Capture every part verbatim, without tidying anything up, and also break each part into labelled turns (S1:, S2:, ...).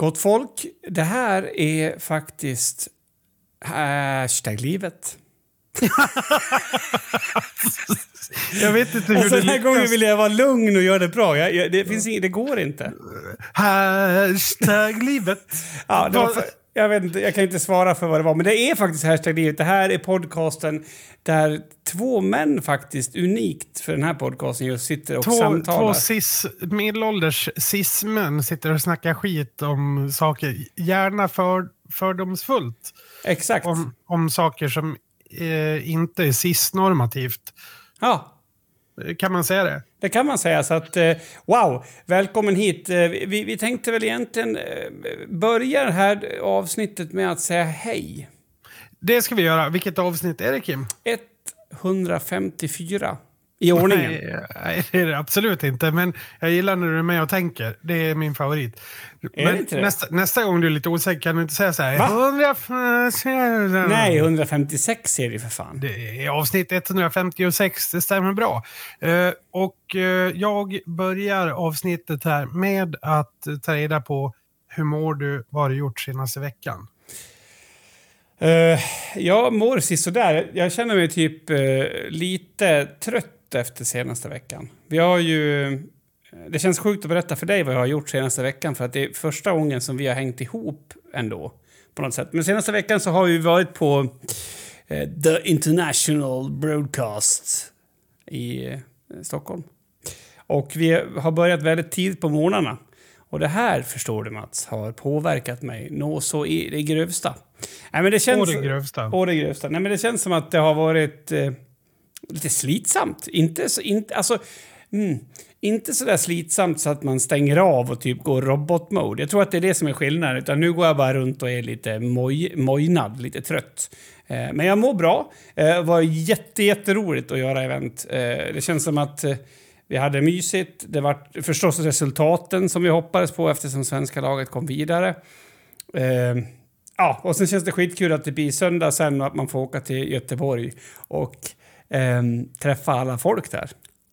S1: Gott folk, det här är faktiskt hashtag livet.
S2: Jag vet inte hur
S1: alltså,
S2: det
S1: den här
S2: lyckas.
S1: gången vill jag vara lugn och göra det bra. Jag, jag, det, finns inget, det går inte.
S2: Hashtag livet.
S1: Ja, det var för, jag, vet inte, jag kan inte svara för vad det var. Men det är faktiskt hashtag livet. Det här är podcasten där två män faktiskt, unikt för den här podcasten, just sitter och
S2: två,
S1: samtalar.
S2: Två cis, medelålders cis-män sitter och snackar skit om saker. Gärna för, fördomsfullt.
S1: Exakt.
S2: Om, om saker som eh, inte är cis-normativt.
S1: Ja.
S2: Kan man säga det?
S1: Det kan man säga. Så att, eh, wow, välkommen hit. Eh, vi, vi tänkte väl egentligen eh, börja det här avsnittet med att säga hej.
S2: Det ska vi göra. Vilket avsnitt är det, Kim?
S1: etthundrafemtiofyra i ordningen.
S2: Nej, nej, det är det absolut inte. Men jag gillar när du är med och tänker. Det är min favorit.
S1: Är
S2: men
S1: det inte det?
S2: Nästa, nästa gång du är lite osäker kan du inte säga så här.
S1: Va? Nej, etthundrafemtiosex är det för fan.
S2: Det är avsnitt etthundrafemtiosex, det stämmer bra. Uh, och uh, jag börjar avsnittet här med att ta reda på hur mår du, vad har du gjort senaste veckan?
S1: Uh, jag mår sådär. Jag känner mig typ uh, lite trött efter senaste veckan. Vi har ju... Det känns sjukt att berätta för dig vad jag har gjort senaste veckan, för att det är första gången som vi har hängt ihop ändå på något sätt. Men senaste veckan så har vi varit på uh, The International Broadcast i uh, Stockholm. Och vi har börjat väldigt tidigt på morgnarna. Och det här, förstår du Mats, har påverkat mig nå så i det grövsta. Nej, men det känns,
S2: Å det grövsta.
S1: Å det grövsta. Nej, men det känns som att det har varit eh, lite slitsamt. Inte så, inte, alltså, mm, inte så där slitsamt så att man stänger av och typ går robotmode. Jag tror att det är det som är skillnaden. Utan nu går jag bara runt och är lite moj, mojnad, lite trött. Eh, men jag mår bra. Det eh, var jätte, jätteroligt att göra event. Eh, det känns som att... Eh, Vi hade mysigt. Det var förstås resultaten som vi hoppades på eftersom svenska laget kom vidare. Eh, ja, och sen känns det skitkul att det blir söndag sen och att man får åka till Göteborg och eh, träffa alla folk där.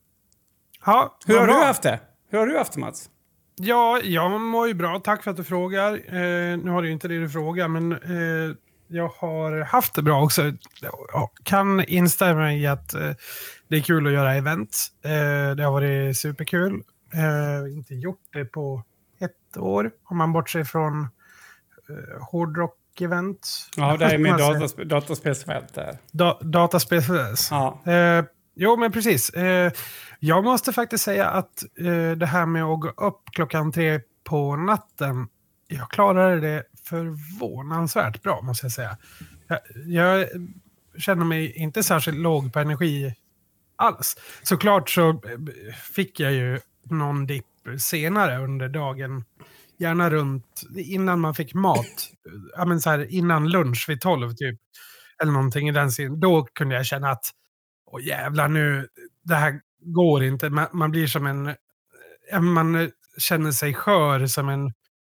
S2: Ja,
S1: Hur har
S2: bra.
S1: du haft det? Hur har du haft det, Mats?
S2: Ja, jag mår ju bra. Tack för att du frågar. Eh, nu har du ju inte det du frågar, men eh, jag har haft det bra också. Jag kan instämma i att eh, det är kul att göra event. Eh, det har varit superkul. Eh, inte gjort det på ett år. Om man bortser från eh, hårdrock-event.
S1: Ja, det är med datas- dataspelsfält där.
S2: Da- dataspelsfält.
S1: Ja.
S2: Eh, jo, men precis. Eh, jag måste faktiskt säga att eh, det här med att gå upp klockan tre på natten, jag klarade det förvånansvärt bra, måste jag säga. Jag, jag känner mig inte särskilt låg på energi alls. Såklart så fick jag ju någon dipp senare under dagen. Gärna runt innan man fick mat. Ja, men så här, innan lunch vid tolv typ. Eller någonting i den sidan. Då kunde jag känna att åh jävlar nu, det här går inte. Man, man blir som en... Man känner sig skör som en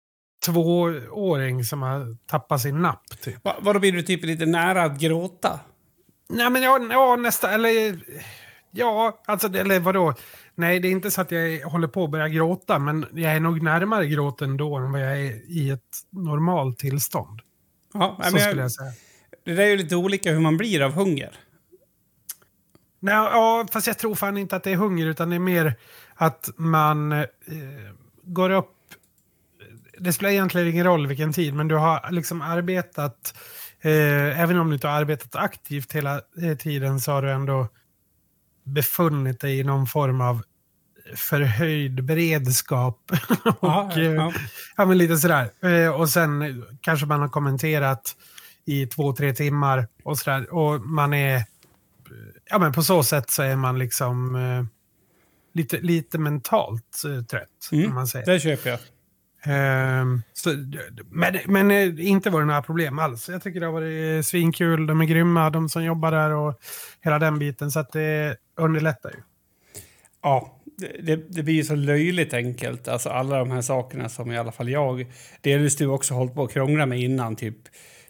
S2: tvååring som har tappat sin napp. Typ.
S1: Va, vadå, blir du typ lite nära att gråta?
S2: Nej, men ja, ja nästa... Eller... Ja, alltså, eller vadå? Nej, det är inte så att jag håller på att börja gråta, men jag är nog närmare gråten då än vad jag är i ett normalt tillstånd.
S1: Ja,
S2: så
S1: men
S2: skulle
S1: jag,
S2: jag säga.
S1: Det där är ju lite olika hur man blir av hunger.
S2: Nej, ja, fast jag tror fan inte att det är hunger, utan det är mer att man eh, går upp. Det spelar egentligen ingen roll vilken tid, men du har liksom arbetat, eh, även om du inte har arbetat aktivt hela eh, tiden, så har du ändå befunnit dig i någon form av förhöjd beredskap. och
S1: ja, ja.
S2: Eh, ja, men lite sådär. Eh, och sen kanske man har kommenterat i två, tre timmar och sådär. Och man är, ja men på så sätt så är man liksom eh, lite, lite mentalt eh, trött.
S1: Mm,
S2: kan man säga.
S1: Det köper jag.
S2: Eh, så, men men eh, inte var det några problem alls. Jag tycker det har varit svinkul. De är grymma, de som jobbar där och hela den biten. Så att det underlättar ju.
S1: Ja, det, det blir ju så löjligt enkelt. Alltså alla de här sakerna som i alla fall jag, delvis du också hållit på att krångla med innan, typ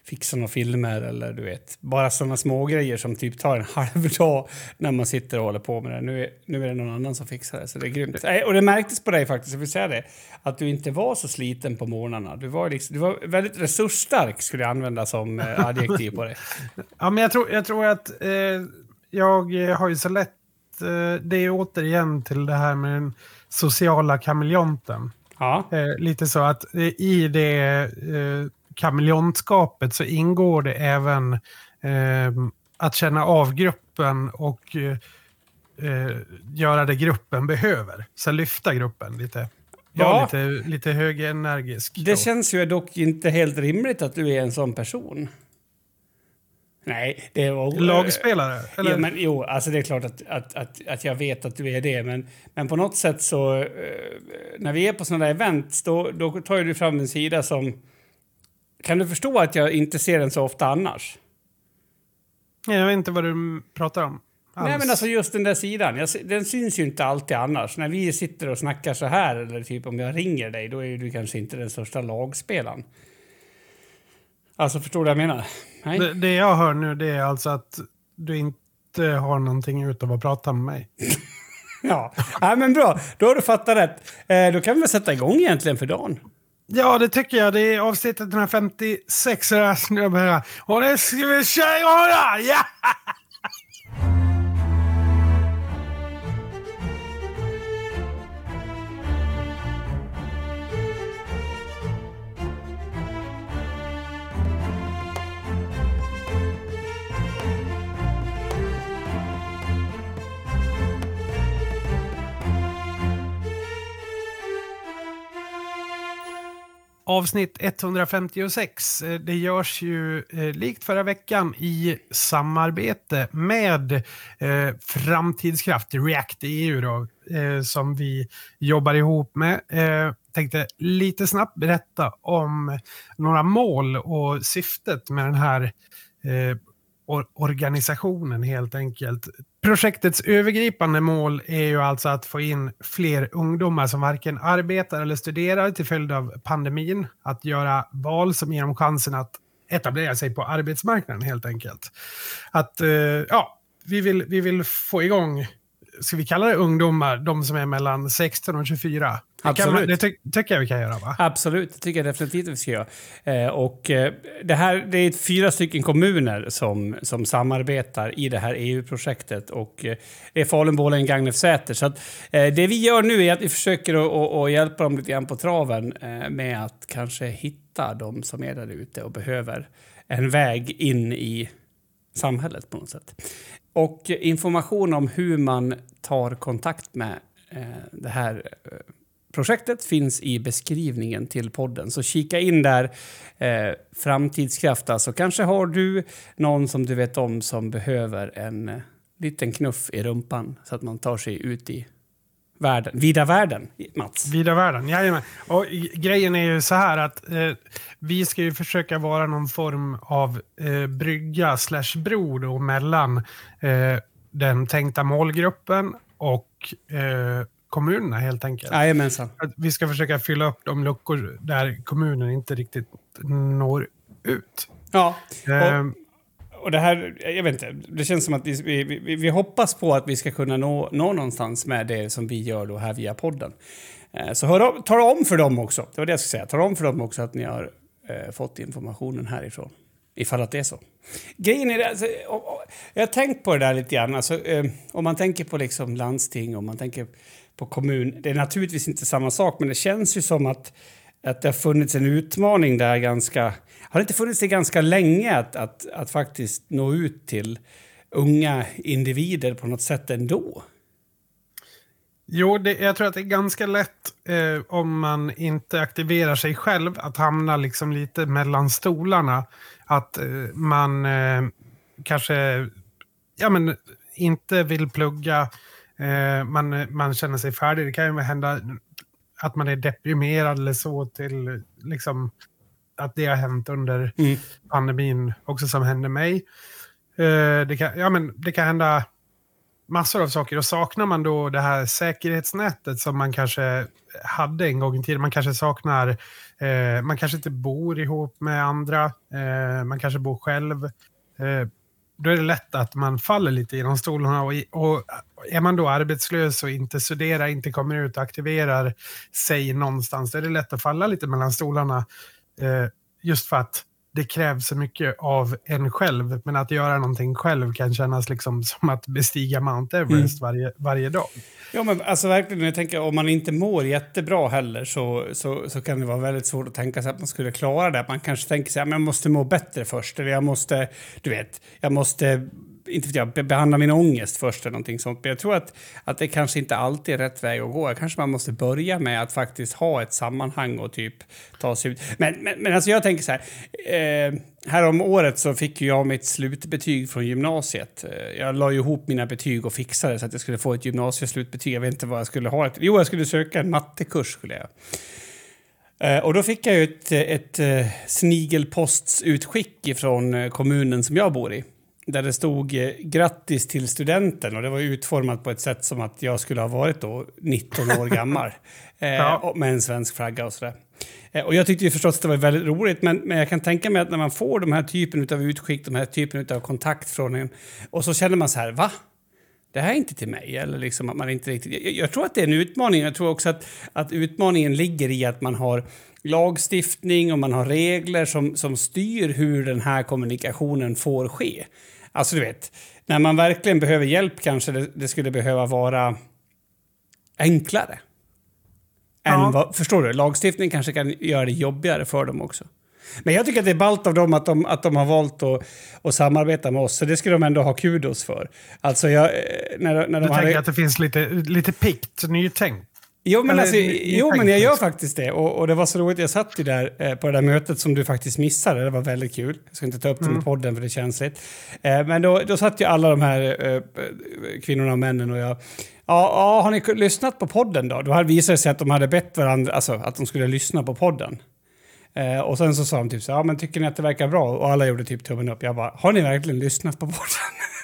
S1: fixa några filmer eller du vet, bara sådana små grejer som typ tar en halv dag när man sitter och håller på med det. Nu är, nu är det någon annan som fixar det, så det är grymt. Och det märktes på dig faktiskt, jag vill säga det, att du inte var så sliten på morgnarna. Du var, liksom, du var väldigt resursstark, skulle jag använda som eh, adjektiv på det.
S2: Ja, men jag tror, jag tror att eh, jag har ju så lätt, eh, det är återigen till det här med den sociala kameleonten.
S1: Ja.
S2: Eh, lite så att eh, i det eh, kameleontskapet så ingår det även eh, att känna av gruppen och eh, göra det gruppen behöver. Så lyfta gruppen lite. Ja, lite, lite högenergisk.
S1: Det då. Känns ju dock inte helt rimligt att du är en sån person. Nej, det var...
S2: Lagspelare? Eller?
S1: Ja, men, jo, alltså det är klart att, att, att, att jag vet att du är det. Men, men på något sätt så... Eh, när vi är på sådana där events, då, då tar du fram en sida som... Kan du förstå att jag inte ser den så ofta annars?
S2: Jag vet inte vad du pratar om. Alls.
S1: Nej, men alltså just den där sidan. Jag, den syns ju inte alltid annars. När vi sitter och snackar så här, eller typ om jag ringer dig, då är du kanske inte den största lagspelaren. Alltså, förstår du vad jag menar? Nej.
S2: Det, det jag hör nu, det är alltså att du inte har någonting utav att prata med mig.
S1: Ja, ja, men bra. Då har du fattat rätt. Eh, då kan vi väl sätta igång egentligen för dagen.
S2: Ja, det tycker jag. Det är avsnittet etthundrafemtiosex. Och det ska vi köra! Ja! Avsnitt etthundrafemtiosex, det görs ju eh, likt förra veckan i samarbete med eh, Framtidskraft, React E U då, eh, som vi jobbar ihop med. Eh, tänkte lite snabbt berätta om några mål och syftet med den här eh, or- organisationen helt enkelt. Projektets övergripande mål är ju alltså att få in fler ungdomar som varken arbetar eller studerar till följd av pandemin. Att göra val som ger dem chansen att etablera sig på arbetsmarknaden helt enkelt. Att, eh, ja, vi vill, vi vill få igång, ska vi kalla det ungdomar, de som är mellan sexton och tjugofyra.
S1: Absolut.
S2: Det, man, det ty- tycker jag vi kan göra, va?
S1: Absolut, det tycker jag definitivt vi ska göra. Eh, och eh, det här, det är fyra stycken kommuner som, som samarbetar i det här E U-projektet. Och eh, det är Falun, Borlänge, Gagnef, Säter. Så att, eh, det vi gör nu är att vi försöker att, att, att hjälpa dem lite grann på traven eh, med att kanske hitta de som är där ute och behöver en väg in i samhället på något sätt. Och information om hur man tar kontakt med eh, det här eh, projektet finns i beskrivningen till podden. Så kika in där, eh, Framtidskraft. Alltså, kanske har du någon som du vet om som behöver en eh, liten knuff i rumpan så att man tar sig ut i världen. Vida världen, Mats.
S2: Vida världen, jajamän. Och i- grejen är ju så här att eh, vi ska ju försöka vara någon form av eh, brygga slash bro då mellan eh, den tänkta målgruppen och eh, kommunerna helt enkelt.
S1: Jajamensan.
S2: Att vi ska försöka fylla upp de luckor där kommunen inte riktigt når ut.
S1: Ja,
S2: Eh,
S1: och, och det här, jag vet inte, det känns som att vi, vi, vi, vi hoppas på att vi ska kunna nå, nå någonstans med det som vi gör då här via podden. Eh, så hör om, ta om för dem också, det var det jag skulle säga, ta om för dem också att ni har eh, fått informationen härifrån. Ifall att det är så. Grejen är det, alltså, och, och, jag har tänkt på det där lite grann, alltså, eh, om man tänker på liksom landsting, om man tänker på kommun, det är naturligtvis inte samma sak, men det känns ju som att, att det har funnits en utmaning där ganska, har det inte funnits det ganska länge att, att, att faktiskt nå ut till unga individer på något sätt ändå?
S2: Jo, det, jag tror att det är ganska lätt eh, om man inte aktiverar sig själv att hamna liksom lite mellan stolarna. Att eh, man eh, kanske ja, men, inte vill plugga, eh, man, man känner sig färdig. Det kan ju hända att man är deprimerad eller så till liksom, att det har hänt under
S1: Mm.
S2: pandemin också som hände mig. Eh, det, kan, ja, men, det kan hända massor av saker. Och saknar man då det här säkerhetsnätet som man kanske hade en gång i tiden. Man kanske saknar, eh, man kanske inte bor ihop med andra. Eh, man kanske bor själv. Eh, då är det lätt att man faller lite i de stolarna. Och, och är man då arbetslös och inte studerar, inte kommer ut och aktiverar sig någonstans, då är det lätt att falla lite mellan stolarna. Eh, just för att det krävs så mycket av en själv, men att göra någonting själv kan kännas liksom som att bestiga Mount Everest mm. varje, varje dag.
S1: Ja, men alltså verkligen, jag tänker om man inte mår jättebra heller så, så, så kan det vara väldigt svårt att tänka sig att man skulle klara det. Man kanske tänker sig att jag måste må bättre först, eller jag måste, du vet, jag måste inte vet jag, behandla min ångest först eller någonting sånt. Men jag tror att, att det kanske inte alltid är rätt väg att gå. Kanske man måste börja med att faktiskt ha ett sammanhang och typ ta sig ut. Men, men, men alltså jag tänker så här, eh, här om året så fick jag mitt slutbetyg från gymnasiet. Jag la ju ihop mina betyg och fixade så att jag skulle få ett gymnasieslutbetyg. Jag vet inte vad jag skulle ha. Jo, jag skulle söka en mattekurs skulle jag. Eh, och då fick jag ju ett, ett, ett snigelpostsutskick från kommunen som jag bor i. Där det stod eh, grattis till studenten, och det var utformat på ett sätt som att jag skulle ha varit då nitton år gammal eh, ja. med en svensk flagga och sådär. Eh, och jag tyckte ju förstås att det var väldigt roligt, men, men jag kan tänka mig att när man får de här typen av utskick, de här typen av kontakt från en, och så känner man så här, va? Det här är inte till mig, eller liksom att man inte riktigt... Jag, jag tror att det är en utmaning. Jag tror också att, att utmaningen ligger i att man har lagstiftning och man har regler som, som styr hur den här kommunikationen får ske. Alltså du vet, när man verkligen behöver hjälp kanske det, det skulle behöva vara enklare. Ja. Än vad, förstår du? Lagstiftning kanske kan göra det jobbigare för dem också. Men jag tycker att det är ballt av dem att de, att de har valt att, att samarbeta med oss. Så det skulle de ändå ha kudos för. Alltså jag... När, när de
S2: du
S1: hade...
S2: tänker att det finns lite, lite pikt, nytänk?
S1: Jo, men, alltså, jo, men jag gör faktiskt det. Och, och det var så roligt. Jag satt ju där eh, på det där mötet som du faktiskt missade. Det var väldigt kul. Jag ska inte ta upp det med podden för det är känsligt. Eh, men då, då satt ju alla de här eh, kvinnorna och männen och jag... Ja, ja, har ni lyssnat på podden då? Då hade visat sig att de hade bett varandra, alltså att de skulle lyssna på podden. Eh, och sen så sa de typ så, ja men tycker ni att det verkar bra? Och alla gjorde typ tummen upp. Jag bara, har ni verkligen lyssnat på podden?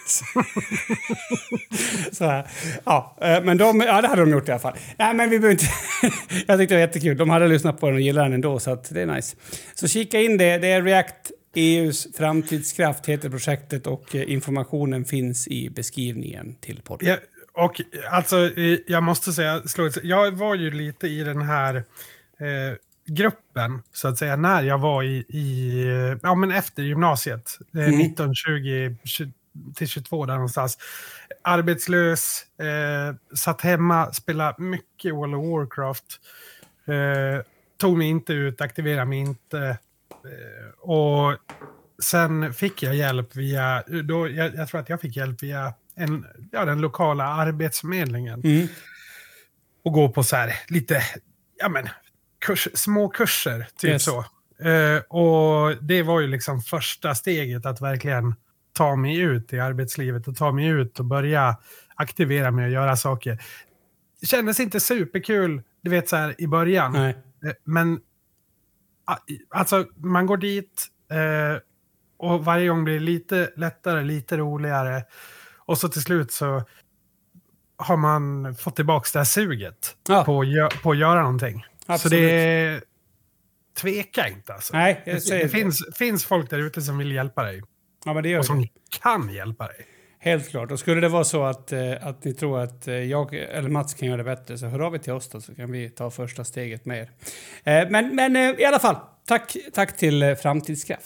S1: så här, ja, eh, men de, ja det hade de gjort i alla fall. Nej men vi behöver inte, jag tyckte det var jättekul. De hade lyssnat på den och gillade den ändå, så att det är nice. Så kika in det, det är React E U:s framtidskraft heter projektet och eh, informationen finns i beskrivningen till podden.
S2: Ja, och alltså jag måste säga, jag var ju lite i den här eh, gruppen så att säga när jag var i, i ja men efter gymnasiet mm. nitton, tjugo till tjugotvå där någonstans, arbetslös, eh, satt hemma, spelade mycket World of Warcraft, eh, tog mig inte ut, aktiverade mig inte, eh, och sen fick jag hjälp via då, jag, jag tror att jag fick hjälp via en, ja, den lokala arbetsförmedlingen mm. och gå på så här lite ja men Kurs, små kurser, typ yes. så. Uh, och det var ju liksom första steget att verkligen ta mig ut i arbetslivet och ta mig ut och börja aktivera mig och göra saker. Det kändes inte superkul, du vet så här i början. Nej. Uh, men uh, alltså man går dit uh, och varje gång blir det lite lättare, lite roligare. Och så till slut så har man fått tillbaka det här suget ja. på, på att göra någonting. Absolut. Så det är... Tveka inte alltså. Nej, jag säger det. Det finns, finns folk där ute som vill hjälpa dig.
S1: Ja, men det gör
S2: och som
S1: det.
S2: kan hjälpa dig.
S1: Helt klart. Och skulle det vara så att, att ni tror att jag eller Mats kan göra det bättre, så hör av er till oss då, så kan vi ta första steget med er. Men, men i alla fall, tack, tack till Framtidskraft.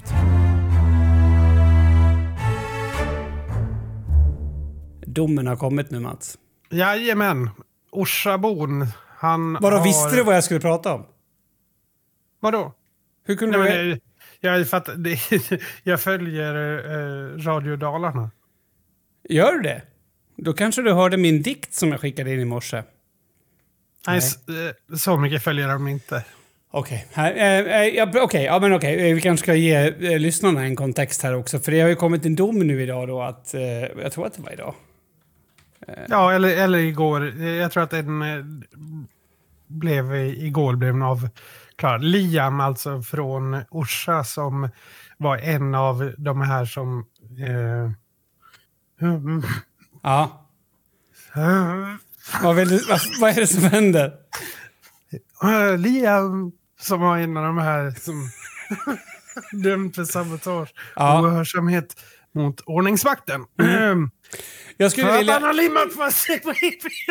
S1: Domen har kommit nu, Mats.
S2: Jajamän. Orsabon. Han
S1: Vadå,
S2: har...
S1: visste du vad jag skulle prata om?
S2: Vadå?
S1: Hur kunde
S2: Nej,
S1: du...
S2: Men, jag, jag, fatt, det, jag följer eh, Radio Dalarna.
S1: Gör du det? Då kanske du hörde min dikt som jag skickade in i morse.
S2: Nej, Nej. Så, så mycket följer de inte.
S1: Okej, okay. eh, eh, ja, okay. ja, men okej. Okay. Vi kanske ska ge eh, lyssnarna en kontext här också. För det har ju kommit en dom nu idag då att... Eh, jag tror att det var idag.
S2: Ja, eller, eller igår. Jag tror att den eh, blev igår blev den avklarad. Liam, alltså från Orsa, som var en av de här som... Eh,
S1: ja. Vad, vill du, vad, vad är det som händer?
S2: Uh, Liam, som var en av de här som dömd för sabotage
S1: ja.
S2: och ohörsamhet mot ordningsvakten. Mm. Um,
S1: Jag skulle
S2: för
S1: vilja...
S2: att han har limmat fast sig på E fyra.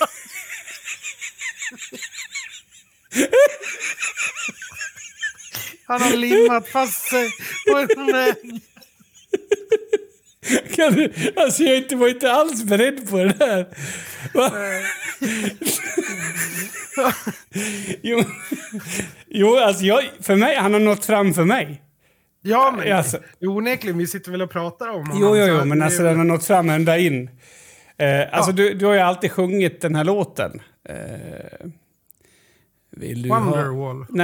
S2: Han har limmat fast sig på en väg.
S1: Kan du, alltså jag inte, var inte alls beredd på det där. jo, jo, alltså jag, för mig, han har nått fram för mig.
S2: Ja, men
S1: alltså.
S2: onekligen, vi sitter väl och pratar om honom.
S1: Jo, jo, jo, men alltså den har nått fram ända in. Eh, alltså
S2: ja.
S1: du, du har ju alltid sjungit den här låten. Eh, vill du
S2: Wonderwall.
S1: Ha...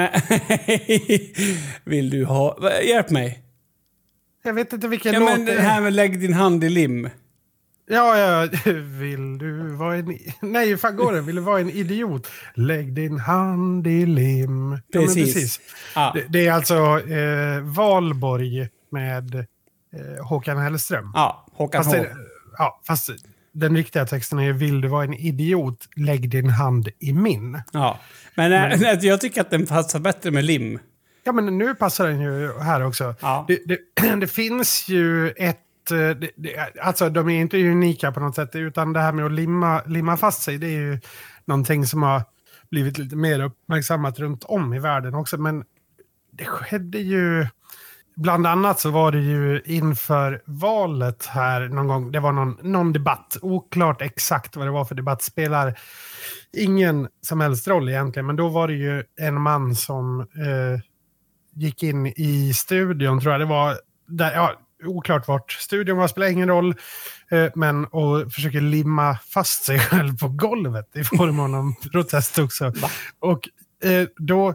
S1: Nej. Vill du ha... Hjälp mig.
S2: Jag vet inte vilken
S1: ja,
S2: låt
S1: men
S2: det är.
S1: Den här med Lägg din hand i lim.
S2: Ja, ja. Vill du vara en... Nej, fan går det? Vill du vara en idiot? Lägg din hand i lim.
S1: Precis.
S2: Ja, men precis.
S1: Ja.
S2: Det, det är alltså eh, Valborg med eh, Håkan Hellström.
S1: Ja, Håkan
S2: fast
S1: H.
S2: det, ja, fast den riktiga texten är Vill du vara en idiot? Lägg din hand i min.
S1: Ja, men, men. Äh, jag tycker att den passar bättre med lim.
S2: Ja, men nu passar den ju här också.
S1: Ja.
S2: Det, det, det finns ju ett... Det, det, alltså, de är inte unika på något sätt, utan det här med att limma, limma fast sig, det är ju någonting som har blivit lite mer uppmärksammat runt om i världen också. Men det skedde ju... Bland annat så var det ju inför valet här någon gång, det var någon, någon debatt, oklart exakt vad det var för debatt, spelar ingen som helst roll egentligen, men då var det ju en man som eh, gick in i studion, tror jag det var, där, ja, oklart vart studion var, spelar ingen roll, eh, men och försöker limma fast sig själv på golvet i form av någon protest också. Och eh, då...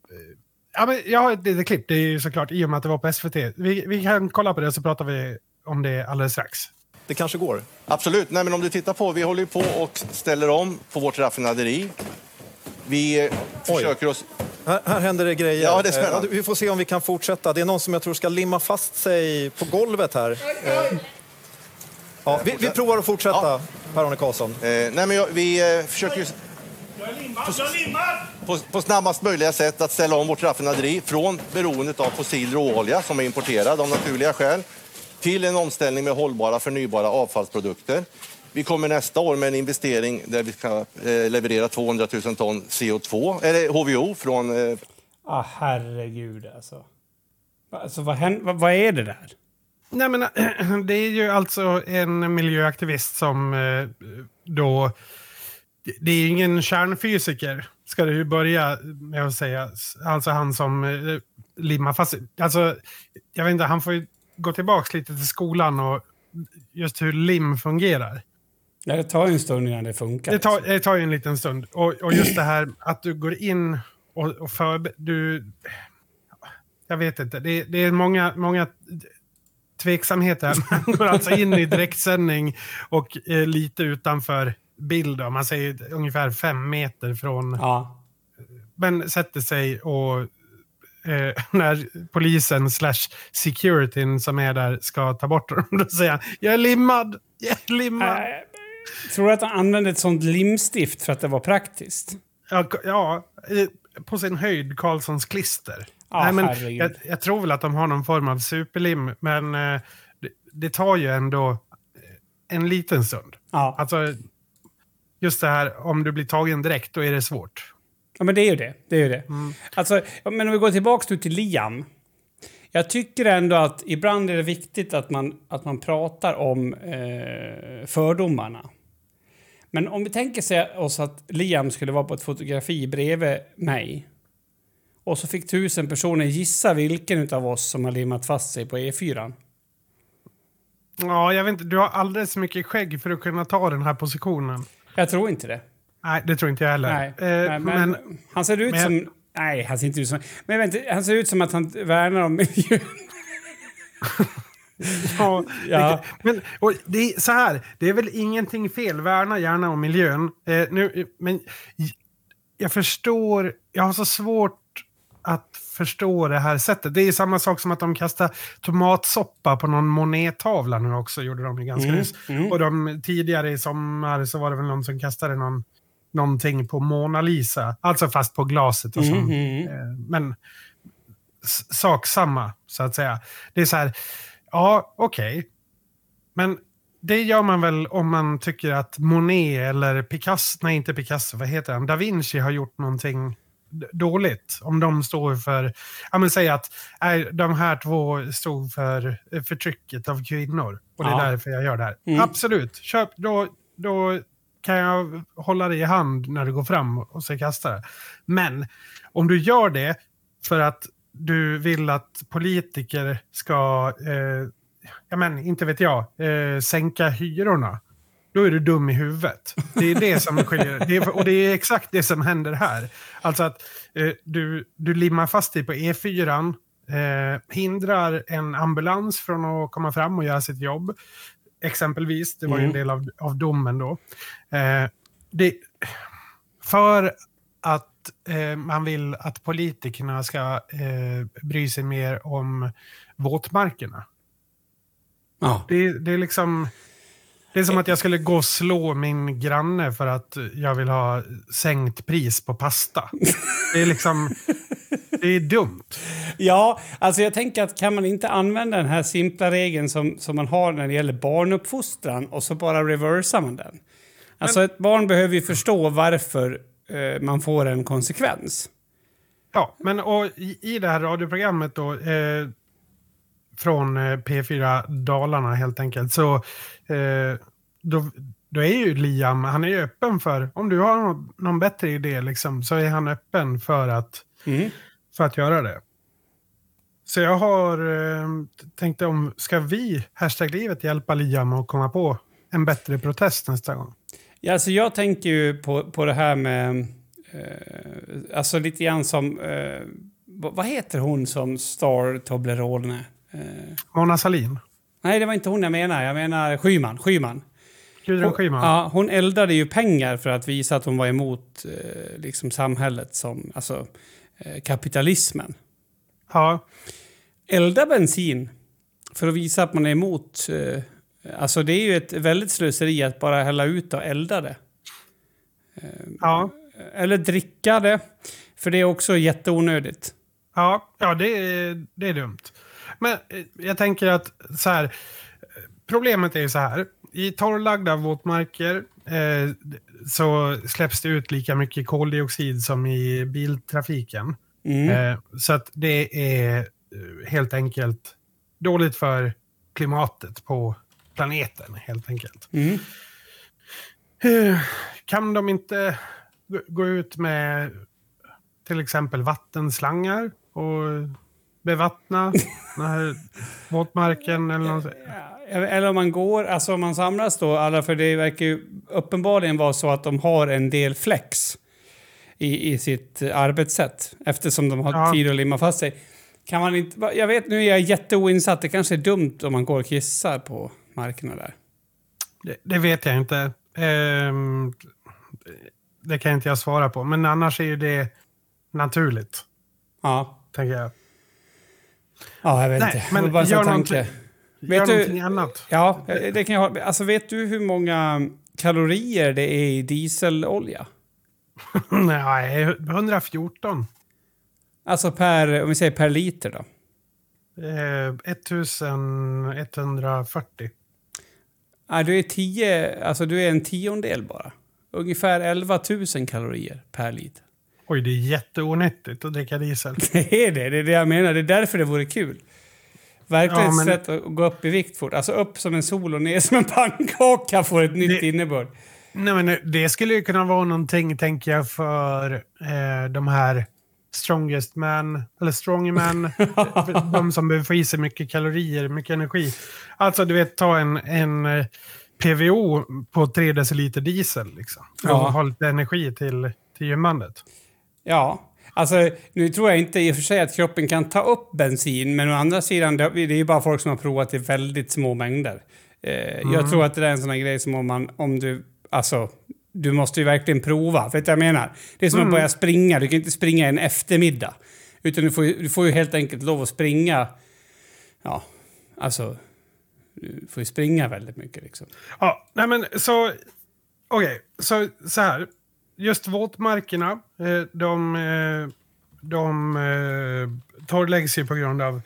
S2: Ja, men jag har ett litet klipp, det är ju såklart i och med att det var på S V T. Vi, vi kan kolla på det så pratar vi om det alldeles strax.
S3: Det kanske går. Absolut. Nej, men om du tittar på, vi håller ju på och ställer om på vårt raffinaderi. Vi eh, försöker oss...
S4: Här, här händer det grejer.
S3: Ja, det är spännande.
S4: Eh, vi får se om vi kan fortsätta. Det är någon som jag tror ska limma fast sig på golvet här. Eh, ja, vi, vi provar att fortsätta, ja. Per-Arne Karlsson.
S3: Eh, nej, men jag, vi eh, försöker ju...
S5: Jag är limmad, jag är limmad!
S3: På, på snabbast möjliga sätt att ställa om vårt raffinaderi från beroendet av fossil råolja som är importerad av naturliga skäl till en omställning med hållbara förnybara avfallsprodukter. Vi kommer nästa år med en investering där vi ska eh, leverera tvåhundratusen ton C O två, eller H V O från... Eh...
S1: Ah, herregud alltså. Alltså vad, händer, vad, vad är det där?
S2: Nej, men det är ju alltså en miljöaktivist som eh, då... Det är ingen kärnfysiker, ska det ju börja med att säga. Alltså han som eh, limmar fast. Alltså, jag vet inte, han får ju gå tillbaka lite till skolan och just hur lim fungerar.
S1: Ja, det tar ju en stund innan det funkar.
S2: Det tar, det tar ju en liten stund. Och, och just det här att du går in och, och för... Du, jag vet inte, det, det är många... många tveksamheter. Man går alltså in i direktsändning och eh, lite utanför bild. Man säger ungefär fem meter från...
S1: Ja.
S2: Men sätter sig och eh, när polisen slash securityn som är där ska ta bort dem, då säger han, jag är limmad, jag är limmad. Äh,
S1: tror du att han använde ett sånt limstift för att det var praktiskt?
S2: Ja, ja på sin höjd Karlssons klister.
S1: Ja,
S2: Nej, men jag, jag tror väl att de har någon form av superlim, men eh, det, det tar ju ändå en liten stund.
S1: Ja.
S2: Alltså, just det här, om du blir tagen direkt, då är det svårt.
S1: Ja, men det är ju det. Det är ju det.
S2: Mm.
S1: Alltså, men om vi går tillbaka till Liam. Jag tycker ändå att ibland är det viktigt att man, att man pratar om eh, fördomarna. Men om vi tänker sig oss att Liam skulle vara på ett fotografi bredvid mig. Och så fick tusen personer gissa vilken av oss som har limmat fast sig på E fyra.
S2: Ja, jag vet inte. Du har alldeles mycket skägg för att kunna ta den här positionen.
S1: Jag tror inte det.
S2: Nej, det tror inte jag heller.
S1: Nej,
S2: eh,
S1: nej, men, men han ser ut
S2: men,
S1: som... Nej, han ser inte ut som... Men jag vet inte, han ser ut som att han värnar om miljön.
S2: ja,
S1: ja.
S2: Det, men och det är så här, det är väl ingenting fel. Värna gärna om miljön. Eh, nu, men jag förstår... Jag har så svårt att förstå det här sättet. Det är samma sak som att de kastar tomatsoppa på någon Monet-tavla nu också, gjorde de ju ganska
S1: Mm,
S2: nyss.
S1: mm.
S2: Och de, tidigare i sommar så var det väl någon som kastade någon, någonting på Mona Lisa. Alltså fast på glaset och sånt.
S1: Mm,
S2: Eh, Men s- sak samma, så att säga. Det är så här, ja, okej. Okay. Men det gör man väl om man tycker att Monet eller Picasso, nej inte Picasso, vad heter han? Da Vinci har gjort någonting d- dåligt. Om de står för, ja men säg att äh, de här två stod för eh, förtrycket av kvinnor. Och det är
S1: Ja.
S2: därför jag gör det här.
S1: Mm.
S2: Absolut, köp, då, då kan jag hålla det i hand när du går fram och så kastar det. Men om du gör det för att du vill att politiker ska, eh, ja men inte vet jag, eh, sänka hyrorna. Då är du dum i huvudet. Det är det som skiljer. Det är, och det är exakt det som händer här. Alltså att eh, du, du limmar fast dig på E fyra, eh, hindrar en ambulans från att komma fram och göra sitt jobb. Exempelvis, det var ju en
S1: Mm.
S2: del av, av domen då. Eh, det, för att eh, man vill att politikerna ska eh, bry sig mer om våtmarkerna.
S1: Ja.
S2: Det, det är liksom... Det är som att jag skulle gå och slå min granne för att jag vill ha sänkt pris på pasta. Det är liksom... Det är dumt.
S1: Ja, alltså jag tänker att kan man inte använda den här simpla regeln som, som man har när det gäller barnuppfostran och så bara reversar man den. Alltså
S2: Men-
S1: ett barn behöver ju förstå varför eh, man får en konsekvens.
S2: Ja, men och i, i det här radioprogrammet då... Eh, från eh, P fyra Dalarna helt enkelt. Så eh, då, då är ju Liam, han är ju öppen för, om du har någon, någon bättre idé liksom, så är han öppen för att,
S1: Mm.
S2: för att göra det. Så jag har eh, tänkt om, ska vi, hashtag livet, hjälpa Liam att komma på en bättre protest nästa gång?
S1: Ja, alltså jag tänker ju på, på det här med... Eh, alltså lite grann som... Eh, vad vad heter hon som star Toblerone? Eh,
S2: Mona Sahlin,
S1: nej, det var inte hon jag menar. Jag menar Schyman. Schyman.
S2: Gudrun Schyman.
S1: Ja, hon eldade ju pengar för att visa att hon var emot eh, liksom samhället som... Alltså eh, kapitalismen.
S2: Ja,
S1: Elda bensin för att visa att man är emot... Eh, alltså det är ju ett väldigt slöseri att bara hälla ut och elda det.
S2: ja,
S1: Eller dricka det. För det är också jätteonödigt.
S2: ja, ja det, är, det är dumt. Men eh, jag tänker att så här, eh, problemet är ju så här. I torrlagda våtmarker eh, så släpps det ut lika mycket koldioxid som i biltrafiken.
S1: Mm.
S2: Eh, så att det är eh, helt enkelt dåligt för klimatet på planeten helt enkelt.
S1: Mm.
S2: Eh, kan de inte gå- gå ut med till exempel vattenslangar och bevattna den här våtmarken eller något?
S1: Eller om man går, alltså om man samlas då, alla, för det verkar ju uppenbarligen vara så att de har en del flex i, i sitt arbetssätt. Eftersom de har
S2: Ja.
S1: tid att limma fast sig. Kan man inte, jag vet, nu är jag jätteoinsatt, det kanske är dumt om man går och kissar på markerna där.
S2: Det, det vet jag inte. Ehm, det kan inte jag svara på. Men annars är ju det naturligt,
S1: Ja,
S2: tänker jag.
S1: ja jag vet
S2: Nej,
S1: inte.
S2: men
S1: Det var bara en
S2: gör
S1: sån tanke.
S2: någonting-
S1: Vet
S2: Gör
S1: du-
S2: någonting annat.
S1: Ja, det kan jag ha. Alltså vet du hur många kalorier det är i dieselolja?
S2: Nej, hundrafjorton.
S1: Alltså per, om vi säger per liter då.
S2: Eh, ettusenetthundrafyrtio.
S1: Ja, du är tio, alltså du är en tiondel bara. Ungefär elva tusen kalorier per liter.
S2: Oj, det är jätteonyttigt att dricka diesel.
S1: Det är det, det är det jag menar. Det är därför det vore kul. Verkligen
S2: Ja,
S1: ett
S2: men-
S1: sätt att gå upp i vikt fort. Alltså upp som en sol och ner som en pannkaka får ett nytt
S2: Det-
S1: innebörd.
S2: Nej, men det skulle ju kunna vara någonting, tänker jag, för eh, de här strongest man, eller strongman, de som behöver få i sig mycket kalorier, mycket energi. Alltså, du vet, ta en, en eh, P V O på tre deciliter diesel, liksom. För
S1: Ja.
S2: att ha lite energi till, till gymmandet.
S1: Ja, alltså nu tror jag inte i och för sig att kroppen kan ta upp bensin, men å andra sidan, det det är ju bara folk som har provat i väldigt små mängder. Eh, Jag tror att det är en sån här grej som om man, om du, alltså, du måste ju verkligen prova. För att jag menar, det är som att börja springa, du kan inte springa en eftermiddag. Utan du får, ju, du får ju helt enkelt lov att springa. Ja, alltså... Du får ju springa väldigt mycket liksom.
S2: Ja, nej men så... Okej, okay, så, så här. Just våtmarkerna, eh, de, eh, de eh, torrläggs ju på grund av...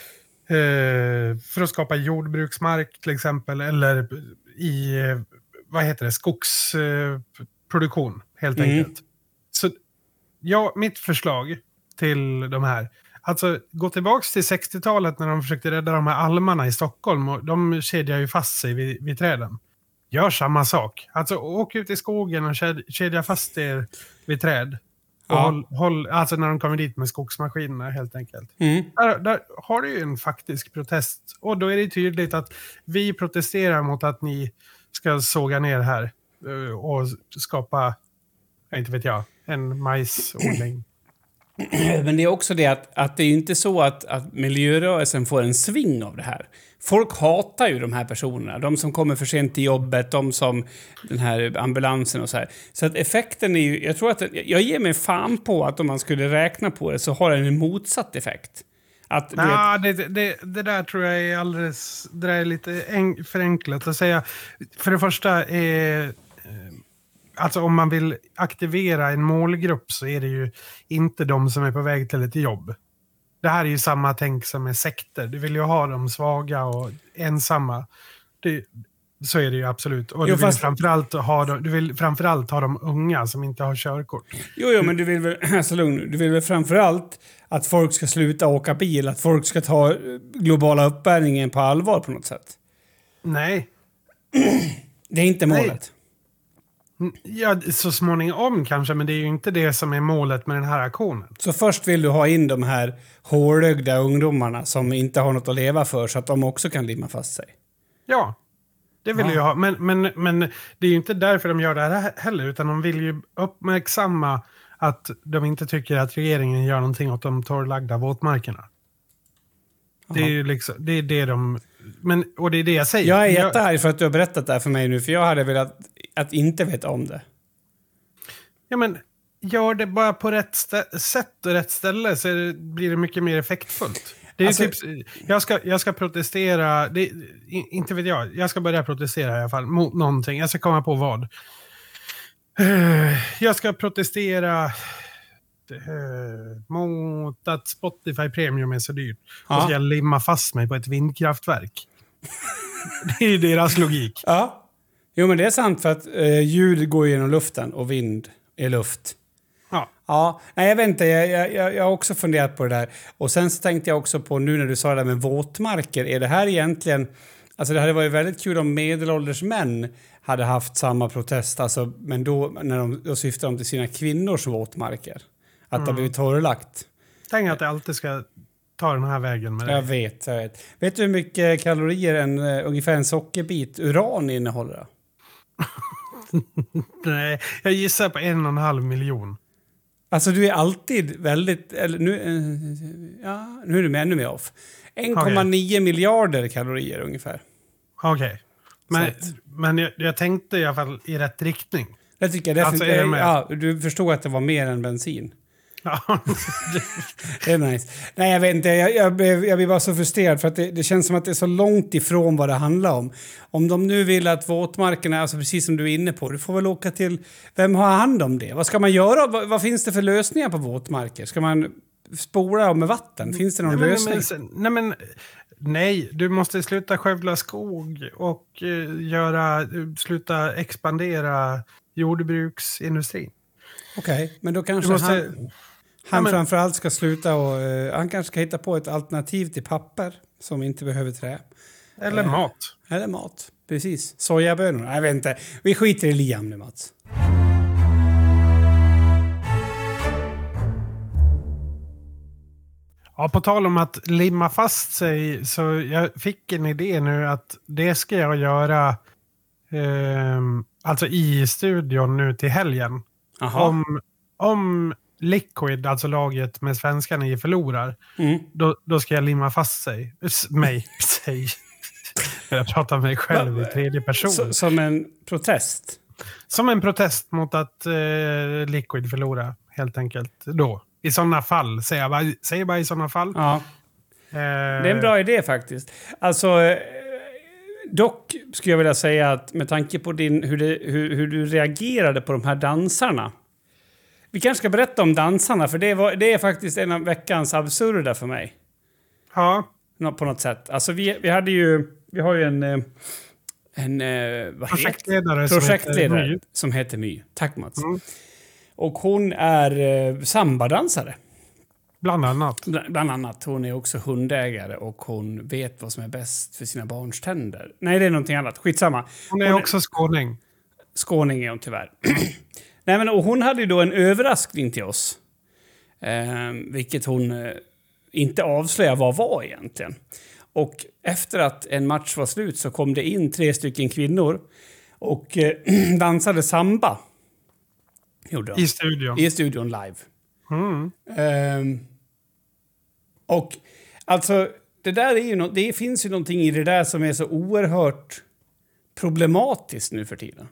S2: Eh, för att skapa jordbruksmark till exempel. Eller i, eh, vad heter det, skogsproduktion eh, helt
S1: Mm.
S2: enkelt. Så ja, mitt förslag till de här... Alltså, gå tillbaks till sextiotalet när de försökte rädda de här almarna i Stockholm. Och de kedjar ju fast sig vid, vid träden. Gör samma sak. Alltså, åk ut i skogen och ked, kedja fast er vid träd. Och
S1: Ja.
S2: håll, håll, alltså när de kommer dit med skogsmaskinerna helt enkelt.
S1: Mm.
S2: Där, där har du ju en faktisk protest. Och då är det tydligt att vi protesterar mot att ni ska såga ner här. eh, Och skapa, jag inte vet jag, en majsodling.
S1: Men det är också det att, att det är ju inte så att, att miljörörelsen får en sving av det här. Folk hatar ju de här personerna. De som kommer för sent till jobbet, de som den här ambulansen och så här. Så att effekten är ju... Jag tror att... Jag ger mig fan på att om man skulle räkna på det så har den en motsatt effekt. Att,
S2: Nej, det, det, det där tror jag är alldeles... Det där är lite en, förenklat att säga. För det första är... eh, Alltså om man vill aktivera en målgrupp så är det ju inte de som är på väg till ett jobb. Det här är ju samma tänk som med sekter. Du vill ju ha de svaga och ensamma. Det, så är det ju absolut. Och
S1: Jo,
S2: du, vill
S1: fast-
S2: framförallt ha de, du vill framförallt ha de unga som inte har körkort.
S1: Jo, jo, men du vill väl... Alltså lugn nu. Du vill väl framförallt att folk ska sluta åka bil. Att folk ska ta eh, globala uppvärmningen på allvar på något sätt.
S2: Nej.
S1: Det är inte
S2: Nej.
S1: målet.
S2: Ja, så småningom kanske, men det är ju inte det som är målet med den här aktionen.
S1: Så först vill du ha in de här hårögda ungdomarna som inte har något att leva för så att de också kan limma fast sig.
S2: Ja, det vill
S1: Ja.
S2: jag ha. Men, men, men det är ju inte därför de gör det här heller, utan de vill ju uppmärksamma att de inte tycker att regeringen gör någonting åt de torrlagda våtmarkerna. Det är ju liksom, det är det de... Men, och det är det jag säger.
S1: Jag är jättearg för att du har berättat det här för mig nu, för jag hade velat att inte veta om det.
S2: Ja, men gör det bara på rätt stä- sätt och rätt ställe så är det, blir det mycket mer effektfullt. Det är
S1: Alltså-
S2: typ, jag, ska, jag ska protestera, det, i- inte vet jag, jag ska börja protestera i alla fall mot någonting. Jag ska komma på vad. Eh, Jag ska protestera eh, mot att Spotify Premium är så dyrt.
S1: Ja.
S2: Och så ska jag limma fast mig på ett vindkraftverk. Det är ju deras logik.
S1: Ja. Jo, men det är sant för att eh, ljud går genom luften och vind är luft.
S2: Ja.
S1: Ja, nej jag vet inte. Jag, jag, jag jag har också funderat på det där. Och sen så tänkte jag också på nu när du sa det där med våtmarker. Är det här egentligen... Alltså det hade varit väldigt kul om medelålders män hade haft samma protest. Alltså, men då, när de, då syftar de till sina kvinnors våtmarker. Att det har blivit torrlagt.
S2: Tänk att jag alltid ska ta den här vägen med
S1: Jag
S2: dig.
S1: vet, jag vet. Vet du hur mycket kalorier en, uh, ungefär en sockerbit uran innehåller? Då?
S2: Nej, jag gissar på en och en halv miljon.
S1: Alltså du är alltid väldigt... Eller nu, eh, ja, nu är du med ännu mer off. en komma nio miljarder kalorier ungefär.
S2: Okej. Men,
S1: Så att-
S2: men jag, jag tänkte i alla fall i rätt riktning.
S1: Det tycker jag
S2: Alltså,
S1: definitivt.
S2: är det med?
S1: Ja, du förstod att det var mer än bensin.
S2: Ja.
S1: Det är nice. Nej, jag vet inte. Jag, jag, blev, jag blir bara så frustrerad för att det, det känns som att det är så långt ifrån vad det handlar om. Om de nu vill att våtmarkerna, alltså precis som du är inne på, du får väl åka till... Vem har hand om det? Vad ska man göra? Vad, vad finns det för lösningar på våtmarker? Ska man spola dem med vatten? Finns det någon
S2: nej, men,
S1: lösning?
S2: men, sen- nej, men nej, du måste sluta skövla skog och eh, göra, eh, sluta expandera jordbruksindustrin.
S1: Okej, men då kanske
S2: Du måste-
S1: han, han
S2: men-
S1: framförallt ska sluta och... eh, han kanske ska hitta på ett alternativ till papper som inte behöver trä.
S2: Eller
S1: Eh.
S2: mat.
S1: Eller mat. Precis. Sojabönor. Nej, jag vet inte. Vi skiter i Liam nu, Mats.
S2: Ja, på tal om att limma fast sig, så jag fick en idé nu att det ska jag göra ehm, alltså i studion nu till helgen.
S1: Aha.
S2: Om, om Liquid, alltså laget med svenskarna i förlorar,
S1: Mm.
S2: då, då ska jag limma fast sig. S- mig. Sig. Jag pratar med mig själv i tredje person.
S1: Så, som en protest.
S2: Som en protest mot att eh, Liquid förlorar, helt enkelt. Då. I sådana fall, säger jag bara, säger bara i sådana fall.
S1: Ja.
S2: Eh,
S1: Det är en bra idé faktiskt. Alltså, eh, dock skulle jag vilja säga att med tanke på din, hur, det, hur, hur du reagerade på de här dansarna. Vi kanske ska berätta om dansarna, för det, var, det är faktiskt en av veckans absurda för mig.
S2: Ja.
S1: Nå- På något sätt. Alltså vi, vi hade ju, vi har ju en, eh, en eh, vad
S2: Projektledare
S1: heter?
S2: som
S1: Projektledare
S2: heter My.
S1: som heter My. Tack Mats.
S2: Mm.
S1: Och hon är eh, sambadansare.
S2: Bland annat.
S1: Bl- Bland annat. Hon är också hundägare och hon vet vad som är bäst för sina barns tänder. Nej, det är någonting annat. Skitsamma.
S2: Hon är också skåning.
S1: Skåning är hon tyvärr. Nej, men, och hon hade ju då en överraskning till oss. Eh, vilket hon eh, inte avslöjar vad var egentligen. Och efter att en match var slut så kom det in tre stycken kvinnor och eh, dansade samba. Gjorde de.
S2: I studion.
S1: I studion live.
S2: Mm.
S1: Ehm, och alltså, det där är ju no- det finns ju någonting i det där som är så oerhört problematiskt nu för tiden.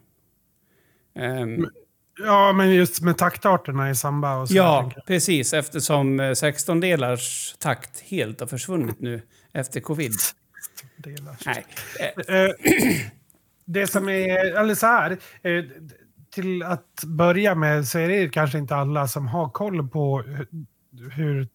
S1: Ehm,
S2: Ja, men just med taktarterna i samba och så.
S1: ja,
S2: tänker jag.
S1: precis. Eftersom eh, sexton-delars takt helt har försvunnit nu efter covid.
S2: Delar.
S1: Nej. Eh,
S2: Eh, det som är, eller så här, eh, till att börja med så är det kanske inte alla som har koll på hur, hur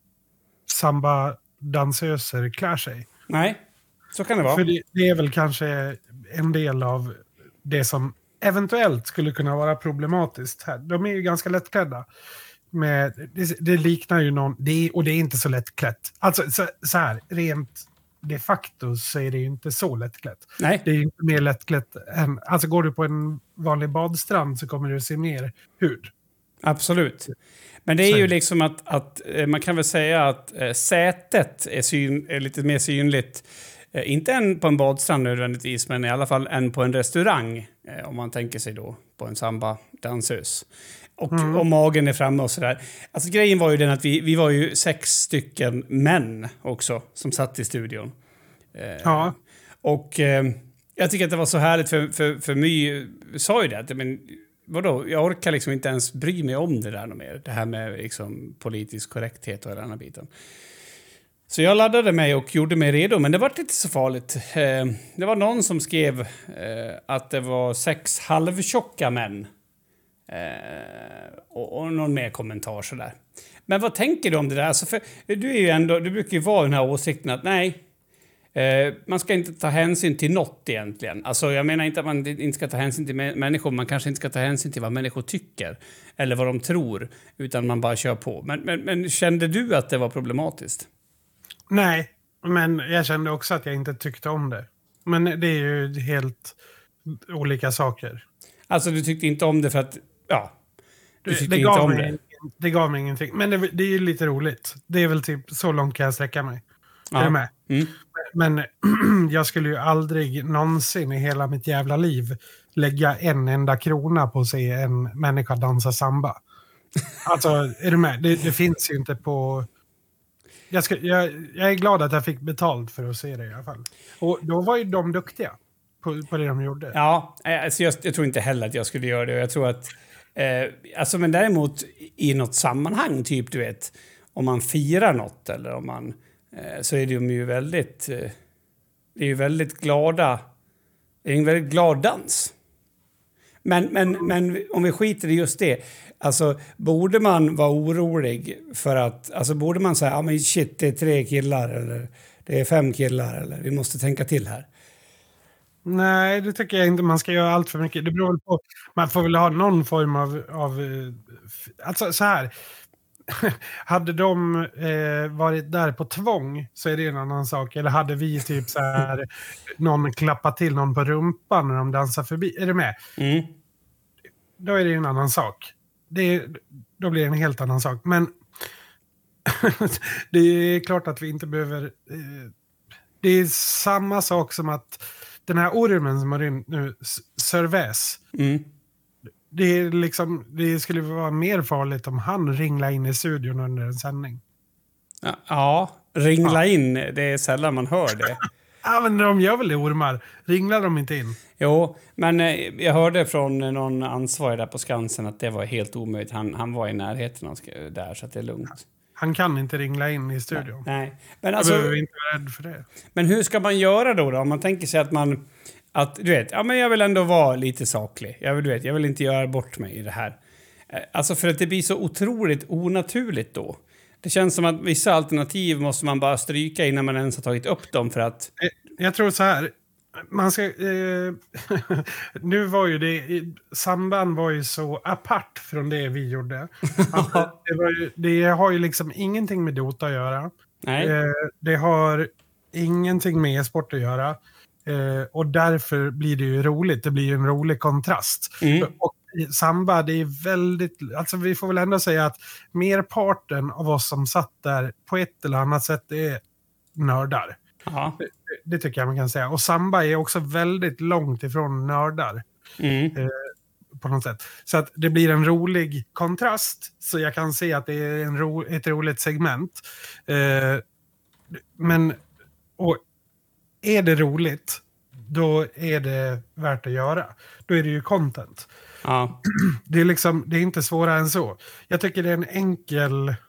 S2: samba-dansöser klär sig.
S1: nej, så kan det vara.
S2: För det, det är väl kanske en del av det som eventuellt skulle kunna vara problematiskt här. De är ju ganska lättklädda. Med, det, det liknar ju någon, det är, och det är inte så lättklätt. Alltså så, så här, rent de facto så är det ju inte så lättklätt.
S1: Nej.
S2: Det är ju inte mer lättklätt än, alltså går du på en vanlig badstrand så kommer du se mer hud.
S1: Absolut. Men det är
S2: Så-
S1: ju liksom att, att eh, man kan väl säga att eh, sätet är, syn, är lite mer synligt. Eh, inte än på en badstrand nödvändigtvis, men i alla fall än på en restaurang. Eh, om man tänker sig då på en samba-dansös. Och, och magen är framme och sådär. Alltså grejen var ju den att vi, vi var ju sex stycken män också som satt i studion. Eh,
S2: Ja.
S1: Och eh, jag tycker att det var så härligt för, för, för My sa ju det. Att, men, vadå? Jag orkar liksom inte ens bry mig om det där något mer. Det här med liksom, politisk korrekthet och den andra biten. Så jag laddade mig och gjorde mig redo, men det var inte så farligt. Eh, det var någon som skrev eh, att det var sex halvtjocka män. Eh, och, och någon mer kommentar sådär. Men vad tänker du om det där? Alltså för, du, är ju ändå, du brukar ju vara den här åsikten att nej, eh, man ska inte ta hänsyn till något egentligen. Alltså jag menar inte att man inte ska ta hänsyn till mä- människor, man kanske inte ska ta hänsyn till vad människor tycker eller vad de tror, utan man bara kör på. Men, men, men kände du att det var problematiskt?
S2: Nej, men jag kände också att jag inte tyckte om det. Men det är ju helt olika saker.
S1: Alltså du tyckte inte om det för att, ja, du
S2: Det,
S1: tyckte
S2: det,
S1: inte
S2: gav
S1: om
S2: mig,
S1: det.
S2: det gav mig ingenting. Men det, det är ju lite roligt. Det är väl typ så långt kan jag sträcka mig. Är
S1: Ja.
S2: du med?
S1: Mm.
S2: Men jag skulle ju aldrig någonsin i hela mitt jävla liv lägga en enda krona på att se en människa dansa samba. Alltså, är du med? Det, det finns ju inte på... Jag, ska, jag, jag är glad att jag fick betalt för att se det i alla fall. Och då var ju de duktiga på, på det de gjorde.
S1: Ja, alltså jag, jag tror inte heller att jag skulle göra det. Jag tror att... Eh, alltså men däremot i något sammanhang, typ du vet, om man firar något eller om man... Eh, så är de ju väldigt... Eh, det är ju väldigt glada... Det är en väldigt glad dans. Men, men, men om vi skiter i just det. Alltså, borde man vara orolig för att... Alltså, borde man säga, ja men shit, det är tre killar eller det är fem killar eller vi måste tänka till här.
S2: Nej, det tycker jag inte man ska göra allt för mycket. Det beror väl på... Man får väl ha någon form av... av eh, f- alltså så här. Hade de eh, varit där på tvång så är det en annan sak. Eller hade vi typ så här... någon klappat till någon på rumpan när de dansar förbi. Är du med?
S1: Mm.
S2: Då är det en annan sak. Det är, då blir det en helt annan sak. Men det är klart att vi inte behöver... Eh, det är samma sak som att den här ormen som har rymt nu, Cervez,
S1: Mm.
S2: det, är liksom, det skulle vara mer farligt om han ringlar in i studion under en sändning.
S1: Ja, ja, ringla in. Det är sällan man hör det.
S2: Ja, men de gör väl det, ormar. Ringlar de inte in?
S1: Jo, men eh, jag hörde från någon ansvarig där på Skansen att det var helt omöjligt. Han, han var i närheten av sk- där, så att det är lugnt.
S2: Han kan inte ringla in i studion.
S1: Nej. Men,
S2: Jag
S1: alltså,
S2: behöver inte vara rädd för det.
S1: men hur ska man göra då, då? Om man tänker sig att man... Att, du vet, ja men jag vill ändå vara lite saklig. Jag vill, du vet, jag vill inte göra bort mig i det här. Eh, Alltså för att det blir så otroligt onaturligt då. Det känns som att vissa alternativ måste man bara stryka innan man ens har tagit upp dem för att...
S2: Eh, Jag tror så här. Man ska, eh, nu var ju det... Samband var ju så apart från det vi gjorde. Att det, var ju, det har ju liksom ingenting med Dota att göra.
S1: Nej.
S2: Eh, det har ingenting med e-sport att göra. Eh, och därför blir det ju roligt. Det blir ju en rolig kontrast.
S1: Mm.
S2: Och Samba, det är väldigt... Alltså vi får väl ändå säga att merparten av oss som satt där på ett eller annat sätt är nördar.
S1: Ja.
S2: Det, det tycker jag man kan säga. Och Samba är också väldigt långt ifrån nördar.
S1: Mm.
S2: Eh, på något sätt. Så att det blir en rolig kontrast. Så jag kan se att det är en ro, ett roligt segment. Eh, men och är det roligt, då är det värt att göra. Då är det ju content.
S1: Ja.
S2: Det är liksom, det är inte svårare än så. Jag tycker det är en enkel eh,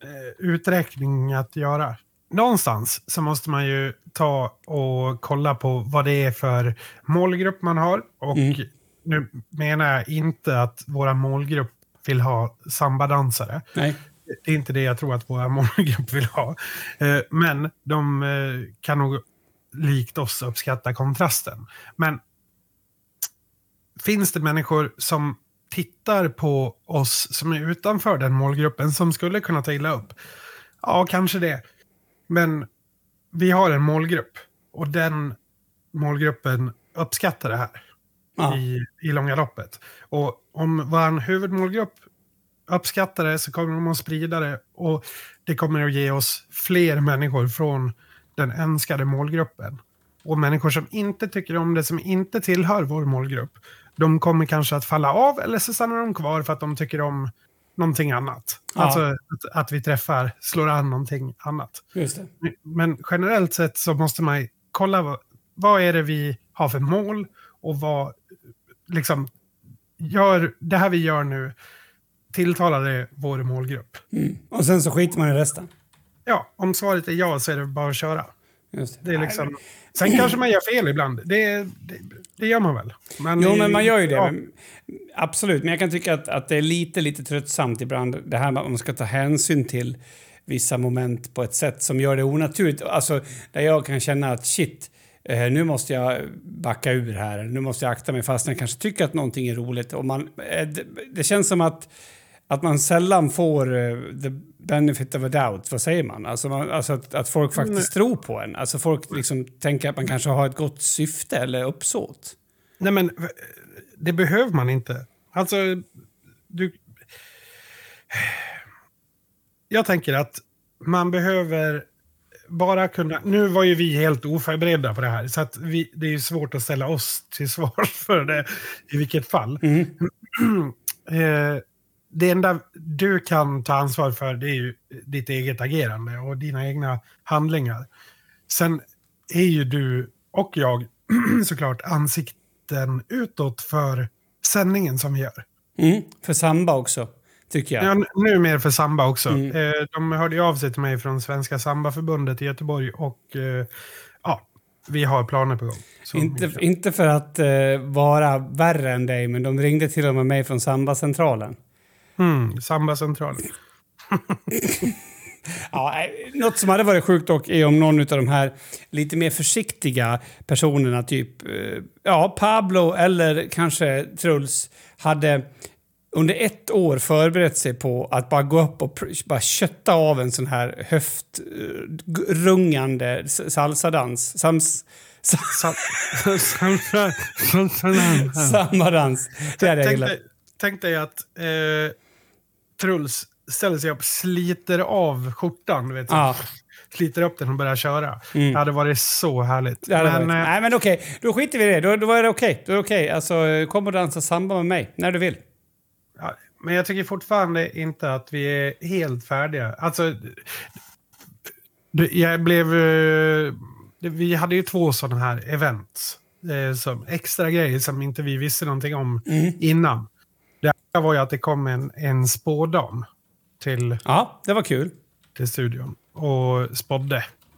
S2: uträkning att göra. Någonstans så måste man ju ta och kolla på vad det är för målgrupp man har. Och
S1: Mm.
S2: nu menar jag inte att våra målgrupp vill ha sambadansare.
S1: Nej.
S2: Det är inte det jag tror att våra målgrupp vill ha. Eh, men de eh, kan nog likt oss uppskatta kontrasten. Men finns det människor som tittar på oss som är utanför den målgruppen som skulle kunna ta illa upp? Ja, kanske det. Men vi har en målgrupp och den målgruppen uppskattar det här
S1: Ja.
S2: i, i långa loppet. Och om vår huvudmålgrupp uppskattar det så kommer de att sprida det och det kommer att ge oss fler människor från den önskade målgruppen. Och människor som inte tycker om det, som inte tillhör vår målgrupp, de kommer kanske att falla av eller så stannar de kvar för att de tycker om någonting annat.
S1: Ja.
S2: Alltså att, att vi träffar, slår an någonting annat.
S1: Just det.
S2: Men generellt sett så måste man kolla vad, vad är det vi har för mål och vad liksom gör det här vi gör nu, tilltalar det vår målgrupp.
S1: Mm. Och sen så skiter man i resten.
S2: Ja, om svaret är ja så är det bara att köra.
S1: Just det.
S2: Det är liksom, sen kanske man gör fel ibland. Det, det, det gör man väl. Men
S1: Jo, men man gör ju det.
S2: Ja,
S1: Men, absolut, men jag kan tycka att, att det är lite, lite tröttsamt ibland. Det här med att man ska ta hänsyn till vissa moment på ett sätt som gör det onaturligt. Alltså, där jag kan känna att shit, eh, nu måste jag backa ur här. Nu måste jag akta mig fast jag kanske tycker att någonting är roligt. Och man, eh, det, det känns som att Att man sällan får uh, the benefit of a doubt, vad säger man? Alltså, man, alltså att, att folk faktiskt mm. tror på en. Alltså folk liksom tänker att man kanske har ett gott syfte eller uppsåt.
S2: Nej men, det behöver man inte. Alltså, du... Jag tänker att man behöver bara kunna... Nu var ju vi helt oförberedda på det här, så att vi, det är ju svårt att ställa oss till svar för det i vilket fall. Mm. eh, Det enda du kan ta ansvar för, det är ju ditt eget agerande och dina egna handlingar. Sen är ju du och jag såklart ansikten utåt för sändningen som vi gör.
S1: Mm, för Samba också, tycker jag.
S2: Ja, nu mer för Samba också.
S1: Mm.
S2: Eh, de hörde ju av sig till mig från Svenska Samba-förbundet i Göteborg och eh, ja, vi har planer på gång.
S1: Inte, inte för att eh, vara värre än dig, men de ringde till och med mig från Samba-centralen.
S2: Mm, Samba-centralen.
S1: Ja, något som hade varit sjukt dock är om någon av de här lite mer försiktiga personerna, typ ja, Pablo eller kanske Truls, hade under ett år förberett sig på att bara gå upp och bara kötta av en sån här höftrungande salsadans. Sams... Samma dans. Det är det jag gillar.
S2: Tänk dig att eh, Truls ställer sig upp, sliter av skjortan, du vet,
S1: ja.
S2: sliter upp den och börjar köra.
S1: Mm.
S2: Det hade varit så härligt.
S1: Men,
S2: varit.
S1: Äh, nej, men okej. Då skiter vi i det. Då, då är det okej. Då är det okej. Alltså, kom och dansa samba med mig när du vill.
S2: Ja, men jag tycker fortfarande inte att vi är helt färdiga. Alltså, jag blev... det, vi hade ju två sådana här events. Eh, som extra grejer som inte vi visste någonting om
S1: Mm.
S2: innan. Det här var ju att det kom en, en spådam till,
S1: Ja, det var kul.
S2: till studion och spådde.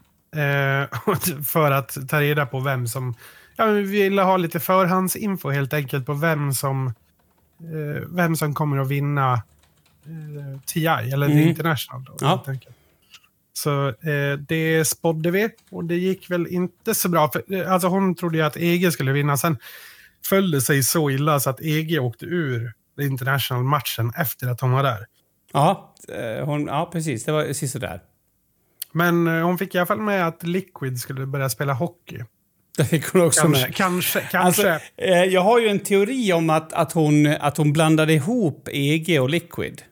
S2: Eh, för att ta reda på vem som... Ja, vi ville ha lite förhandsinfo helt enkelt på vem som, eh, vem som kommer att vinna eh, T I, eller
S1: Mm.
S2: The International. Då,
S1: Ja.
S2: helt enkelt. Så eh, det spådde vi och det gick väl inte så bra. För, eh, alltså hon trodde ju att E G skulle vinna. Sen följde sig så illa så att E G åkte ur The International-matchen efter att hon var där.
S1: Ja, eh, hon, ja precis. Det var sist där.
S2: Men eh, hon fick i alla fall med att Liquid skulle börja spela hockey.
S1: Det fick hon också
S2: Kanske,
S1: med.
S2: kanske, kanske.
S1: Alltså, eh, jag har ju en teori om att, att, hon, att hon blandade ihop E G och Liquid.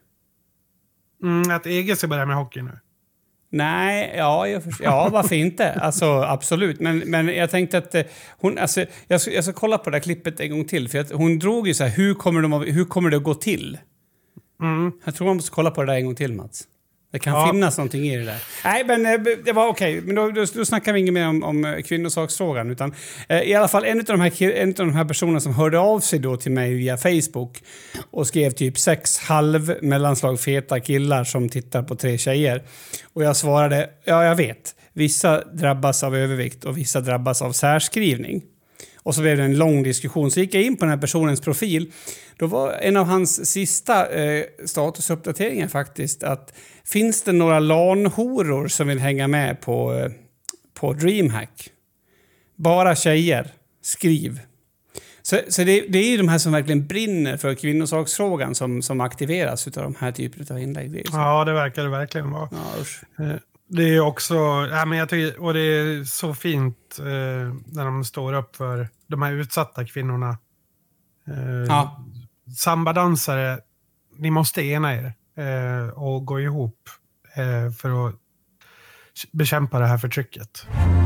S2: Mm, att E G ska börja med hockey nu.
S1: Nej, ja, jag förstår. Ja, varför inte? Alltså, absolut. Men, men jag tänkte att eh, hon... Alltså, jag, ska, jag ska kolla på det här klippet en gång till. För att hon drog ju så här, hur kommer, de, hur kommer det att gå till?
S2: Mm.
S1: Jag tror man måste kolla på det där en gång till, Mats. Det kan
S2: Ja.
S1: finnas någonting i det där. Nej, men eh, det var okej. Okay. Men då, då, då snackar vi inget mer om, om kvinnosaksfrågan. Utan eh, i alla fall en av de här, en av de här personerna som hörde av sig då till mig via Facebook och skrev typ sex halv mellanslag feta killar som tittar på tre tjejer. Och jag svarade, ja jag vet. Vissa drabbas av övervikt och vissa drabbas av särskrivning. Och så blev det en lång diskussion. Så gick jag in på den här personens profil. Då var en av hans sista eh, statusuppdateringar faktiskt att finns det några LAN-horor som vill hänga med på, eh, på DreamHack? Bara tjejer. Skriv. Så, så det, det är ju de här som verkligen brinner för kvinnosaksfrågan som, som aktiveras av de här typerna av inlägg. Det är så.
S2: Ja, det verkar det verkligen vara.
S1: Ja, usch.
S2: Eh, Det är också, ja, men jag tycker, och det är så fint eh, när de står upp för de här utsatta kvinnorna. Eh,
S1: Ja.
S2: Sambadansare, ni måste ena er eh, och gå ihop eh, för att bekämpa det här förtrycket.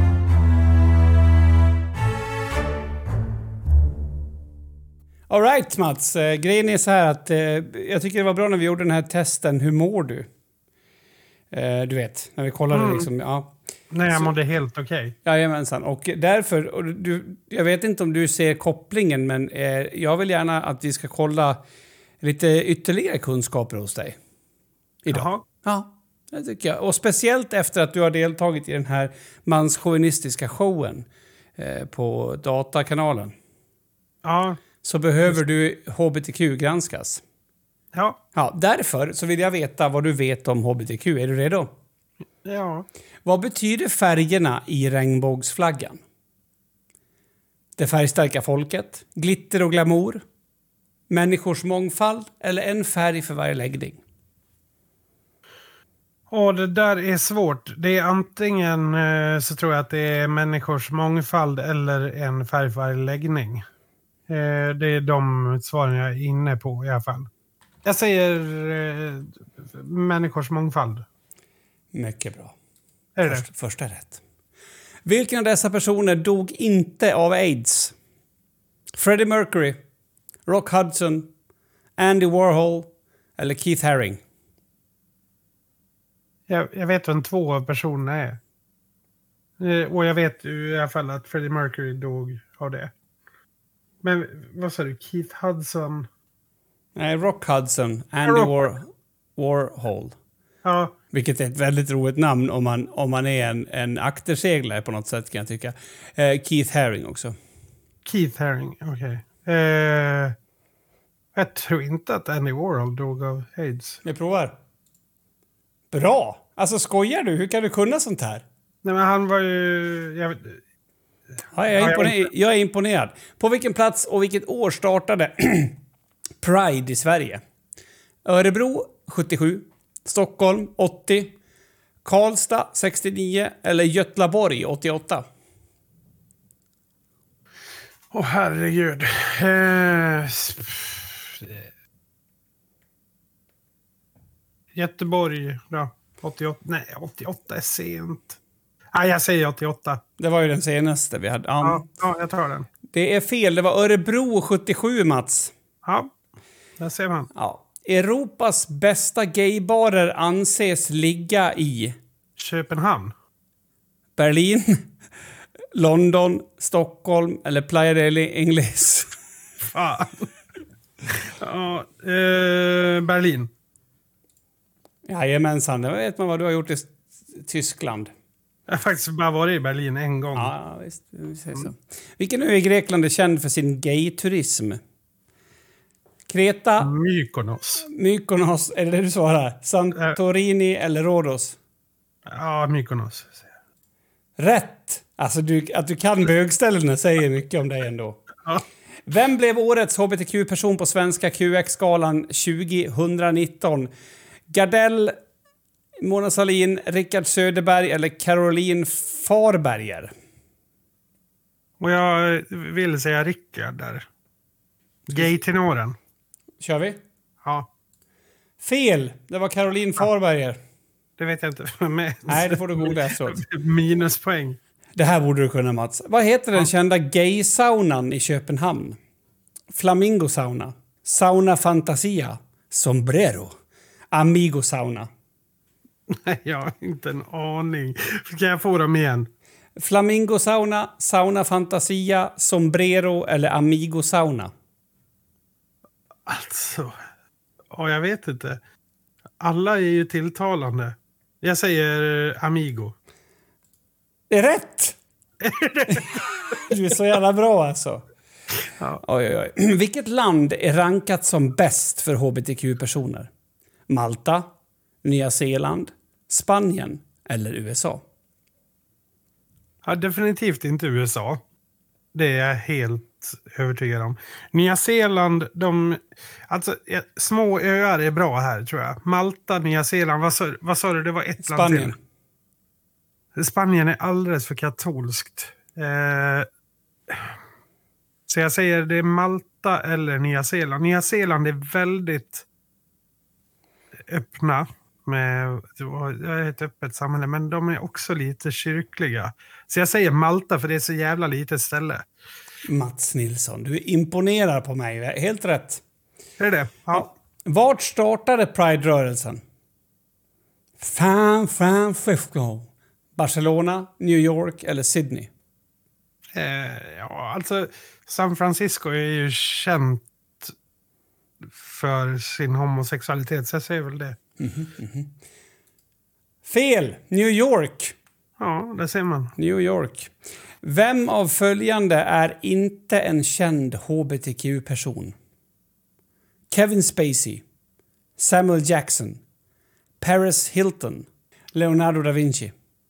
S1: All right, Mats. Eh, grejen är så här att eh, jag tycker det var bra när vi gjorde den här testen. Hur mår du? Eh, du vet, när vi kollade
S2: Mm.
S1: liksom, ja.
S2: Nej, jag
S1: Så-
S2: mådde helt okej.
S1: Jajamensan. Och därför, och du, jag vet inte om du ser kopplingen, men eh, jag vill gärna att vi ska kolla lite ytterligare kunskaper hos dig. Idag.
S2: Jaha.
S1: Ja, det tycker jag. Och speciellt efter att du har deltagit i den här manschauvinistiska showen eh, på datakanalen.
S2: Ja,
S1: Så behöver du H B T Q-granskas.
S2: ja,
S1: Ja, därför så vill jag veta vad du vet om H B T Q. Är du redo?
S2: ja.
S1: Vad betyder färgerna i regnbågsflaggan? Det färgstarka folket, glitter och glamour, människors mångfald eller en färg för varje läggning?
S2: Och det där är svårt. Det är antingen eh, så tror jag att det är människors mångfald eller en färg för varje läggning. Eh, det är de svaren jag är inne på i alla fall. Jag säger eh, människors mångfald.
S1: Mycket bra.
S2: Är det
S1: Först, första rätt. Vilken av dessa personer dog inte av aids? Freddie Mercury, Rock Hudson, Andy Warhol eller Keith Haring?
S2: jag, jag vet vem två av personerna är. Eh, och jag vet ju i alla fall att Freddie Mercury dog av det. Men vad sa du? Keith Hudson?
S1: Nej, Rock Hudson, Andy
S2: Rock-
S1: War, Warhol.
S2: Ja,
S1: Vilket är ett väldigt roligt namn om man, om man är en, en akterseglare på något sätt kan jag tycka. Eh, Keith Haring också.
S2: Keith Haring. Okej. Eh, jag tror inte att Andy Warhol dog av aids.
S1: Vi provar. Bra! Alltså skojar du? Hur kan du kunna sånt här?
S2: Nej, men han var ju... Jag, vet-
S1: Ja, jag, är
S2: Ja, jag
S1: imponerad. jag är imponerad. På vilken plats och vilket år startade Pride i Sverige? Örebro sjuttiosju, Stockholm åttio, Karlstad sextionio eller Götlaborg åttioåtta?
S2: Åh, herregud. Eh, s- Göteborg då. åttioåtta. Nej, åttioåtta är sent. Nej, jag säger åttioåtta.
S1: Det var ju den senaste vi hade. Ja.
S2: Ja, ja, jag tar den.
S1: Det är fel. Det var Örebro sjuttiosju, Mats.
S2: Ja, där ser man.
S1: Ja. Europas bästa gaybarer anses ligga i
S2: Köpenhamn.
S1: Berlin, London, Stockholm eller Playa del Ingles?
S2: Fan. Ja, eh, Berlin.
S1: Jajamensan, det vet man vad du har gjort i S- Tyskland.
S2: Jag har faktiskt bara varit i Berlin en gång.
S1: Ja, visst. Vi säger så. Vilken ö i Grekland är känd för sin gay-turism? Kreta,
S2: Mykonos.
S1: Mykonos, är det det du svarar? Santorini eller Rhodos?
S2: Ja, Mykonos.
S1: Rätt! Alltså du, att du kan bögställena säger mycket om dig ändå.
S2: Ja.
S1: Vem blev årets H B T Q-person på svenska Q X-skalan tjugonitton? Gardell, Mona Sahlin, Rickard Söderberg eller Caroline Farberger?
S2: Och jag vill säga Rickard där. Gay-tenoren.
S1: Kör vi?
S2: Ja,
S1: Fel! Det var Caroline Farberger.
S2: det vet jag inte. Men
S1: Nej, det får du googla efteråt.
S2: minuspoäng.
S1: Det här borde du kunna, Mats. Vad heter den kända gay-saunan i Köpenhamn? Flamingo sauna, Sauna Fantasia, Sombrero, Amigo sauna.
S2: Nej, jag har inte en aning. Kan jag få dem igen?
S1: Flamingo sauna, Sauna Fantasia, Sombrero eller Amigo sauna?
S2: Alltså, ja, jag vet inte. Alla är ju tilltalande. Jag säger Amigo.
S1: Det är rätt! Du är så jävla bra alltså.
S2: Ja.
S1: Oj, oj, oj. Vilket land är rankat som bäst för H B T Q-personer? Malta, Nya Zeeland, Spanien eller U S A?
S2: Ja, definitivt inte U S A. Det är jag helt övertygad om. Nya Zeeland, de... Alltså, ja, små öar är bra här, tror jag. Malta, Nya Zeeland, vad sa, vad sa du? Det var ett land
S1: Spanien.
S2: till. Spanien är alldeles för katolskt. Eh, så jag säger det är Malta eller Nya Zeeland. Nya Zeeland är väldigt öppna. Med, det är ett öppet samhälle, men de är också lite kyrkliga. Så jag säger Malta för det är så jävla litet ställe.
S1: Mats Nilsson, du imponerar på mig. Helt rätt.
S2: Är det det? Ja.
S1: Vart startade Pride-rörelsen? San Francisco, Barcelona, New York eller Sydney?
S2: Eh, ja, alltså San Francisco är ju känt för sin homosexualitet, så jag säger väl det.
S1: Mm-hmm, mm-hmm. Fel! New York.
S2: Ja, det ser man.
S1: New York. Vem av följande är inte en känd H B T Q-person? Kevin Spacey, Samuel Jackson, Paris Hilton, Leonardo da Vinci.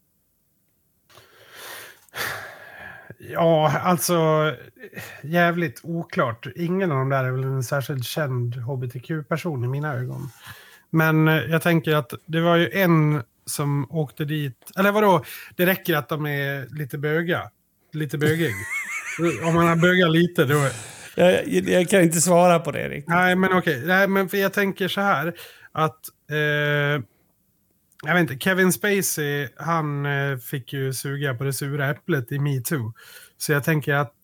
S2: Ja, alltså jävligt oklart. Ingen av dem där är väl en särskilt känd H B T Q-person i mina ögon. Men jag tänker att det var ju en som åkte dit. Eller vadå? Det räcker att de är lite böga. Lite bögig. Om man har bögat lite då...
S1: Jag, jag kan inte svara på det riktigt.
S2: Nej, men okej. Nej, men för jag tänker så här. Att... Eh, jag vet inte. Kevin Spacey, han eh, fick ju suga på det sura äpplet i Me Too. Så jag tänker att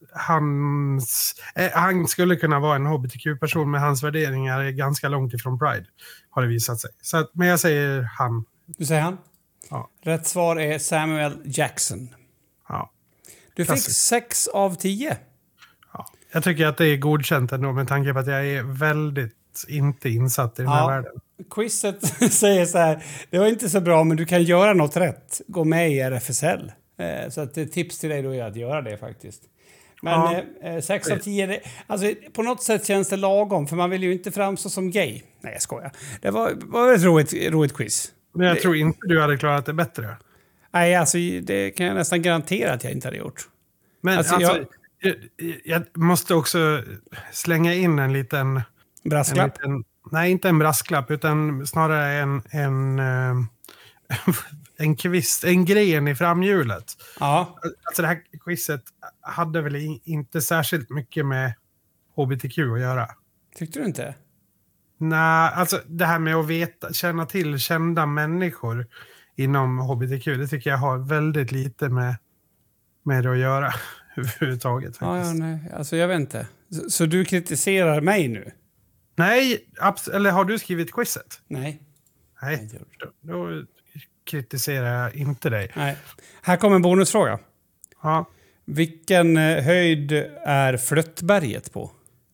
S2: hans, eh, han skulle kunna vara en H B T Q-person, med hans värderingar är ganska långt ifrån Pride. Har det visat sig. Så att, men jag säger han.
S1: Du säger han?
S2: Ja.
S1: Rätt svar är Samuel Jackson.
S2: Ja.
S1: Du fick
S2: Klassiskt.
S1: sex av tio.
S2: Ja. Jag tycker att det är godkänt ändå, med tanke på att jag är väldigt inte insatt i den här
S1: Ja.
S2: världen.
S1: Quizet säger så här: det var inte så bra, men du kan göra något rätt. Gå med i R F S L. Eh, så att ett tips till dig då är att göra det faktiskt. Men
S2: Ja.
S1: eh, sex av tio, det, alltså på något sätt känns det lagom, för man vill ju inte framstå som gay. Nej, jag skojar. Det var, var ett roligt, roligt quiz.
S2: Men jag
S1: det,
S2: tror inte du hade klarat det bättre.
S1: Nej, alltså det kan jag nästan garantera att jag inte hade gjort.
S2: Men
S1: Alltså,
S2: alltså,
S1: jag-
S2: jag, jag måste också slänga in en liten... En
S1: Brasklapp.
S2: liten, nej, inte en brasklapp, utan snarare en, en, eh, en kvist, en gren i framhjulet.
S1: Ja.
S2: Alltså det här quizet hade väl i- inte särskilt mycket med H B T Q att göra.
S1: Tyckte du inte?
S2: Nej, alltså det här med att veta, känna till kända människor inom H B T Q, det tycker jag har väldigt lite med, med det att göra överhuvudtaget.
S1: Ja, ja,
S2: faktiskt.
S1: nej. Alltså jag vet inte. Så, så du kritiserar mig nu?
S2: Nej, abs- eller har du skrivit quizet?
S1: Nej.
S2: Nej, då, då kritiserar jag inte dig.
S1: Nej. Här kommer en bonusfråga.
S2: Ja.
S1: Vilken eh, höjd är Flöttberget på?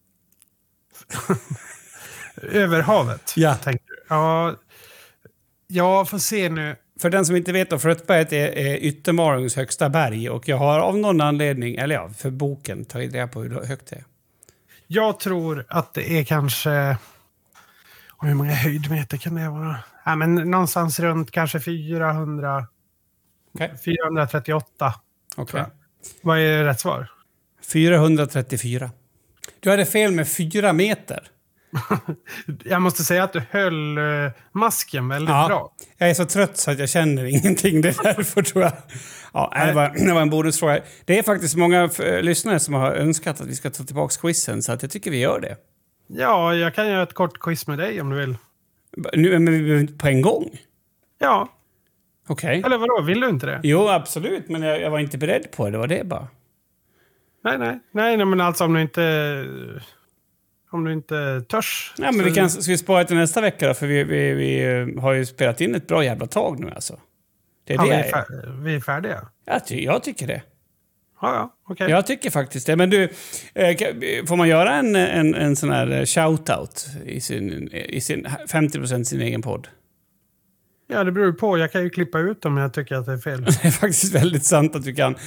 S2: Över havet?
S1: Ja.
S2: Tänkte du. Ja. Jag får se nu.
S1: För den som inte vet då, Flöttberget är, är Yttermalungs högsta berg. Och jag har av någon anledning, eller ja, för boken, tagit reda på hur högt det är.
S2: Jag tror att det är kanske... Och hur många höjdmeter kan det vara? Ja, men någonstans runt kanske fyrahundra...
S1: Okay.
S2: fyrahundratrettioåtta.
S1: Okej. Okay.
S2: Vad är rätt svar?
S1: fyrahundratrettiofyra. Du hade fel med fyra meter.
S2: Jag måste säga att du höll uh, masken väldigt
S1: ja,
S2: bra.
S1: Jag är så trött så att jag känner ingenting. Det är därför tror jag. Ja, det, var, det var en bonusfråga. Det är faktiskt många för, lyssnare som har önskat att vi ska ta tillbaka quizen. Så att jag tycker vi gör det.
S2: Ja, jag kan göra ett kort quiz med dig om du vill.
S1: Nu, men på en gång?
S2: Ja.
S1: Okej. Okay.
S2: Eller vadå, vill du inte det?
S1: Jo, absolut. Men jag, jag var inte beredd på det. Det var det bara.
S2: Nej, nej. Nej, nej men alltså om du inte... Om du inte törs.
S1: Ja, men så... vi kan ska vi spara till nästa vecka då, för vi, vi, vi har ju spelat in ett bra jävla tag nu alltså. Det är
S2: ja,
S1: det
S2: vi, är fär- vi är färdiga.
S1: Jag, ty- jag tycker det.
S2: Ja, ja, okej. Okay.
S1: Jag tycker faktiskt det. Men du, eh, får man göra en, en, en sån här shoutout i sin, i sin femtio procent sin egen podd?
S2: Ja, det beror på. Jag kan ju klippa ut om jag tycker att det är fel.
S1: Det är faktiskt väldigt sant att du kan.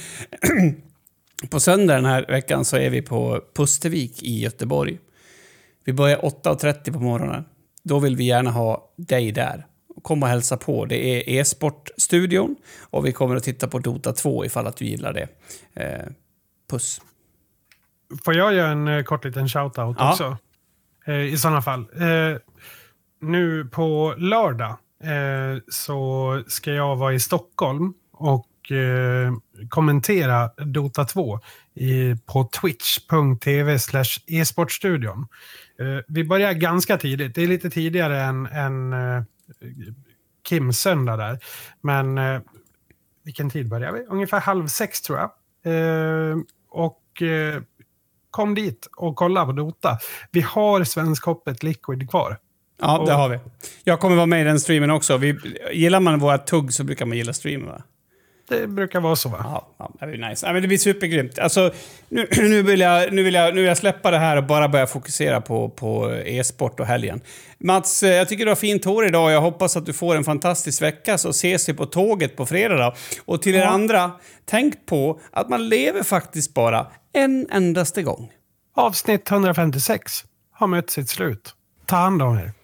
S1: På söndag den här veckan så är vi på Pustervik i Göteborg. Vi börjar åtta och trettio på morgonen. Då vill vi gärna ha dig där. Kom och hälsa på. Det är e-sportstudion. Och vi kommer att titta på Dota två ifall att du gillar det. Eh, puss.
S2: Får jag göra en eh, kort liten shoutout
S1: ja.
S2: också? Eh, I sådana fall. Eh, nu på lördag eh, så ska jag vara i Stockholm och eh, kommentera Dota två i, på twitch.tv slash e-sportstudion. Uh, vi börjar ganska tidigt. Det är lite tidigare än, än uh, Kims söndag där. Men uh, vilken tid börjar vi? Ungefär halv sex tror jag. Uh, och uh, kom dit och kolla på Dota. Vi har Svenskhoppet Liquid kvar.
S1: Ja,
S2: och,
S1: det har vi. Jag kommer vara med i den streamen också. Vi, gillar man våra tugg så brukar man gilla streamen, va?
S2: Det brukar vara så, va?
S1: Ja, ja, det blir nice. Ja, men det blir supergrymt. Alltså, nu, nu, vill jag, nu, vill jag, nu vill jag släppa det här och bara börja fokusera på, på e-sport och helgen. Mats, jag tycker du har fint hår idag. Jag hoppas att du får en fantastisk vecka, så ses vi på tåget på fredag då. Och till er ja. andra, tänk på att man lever faktiskt bara en endaste gång.
S2: Avsnitt hundrafemtiosex har mött sitt slut. Ta hand om er.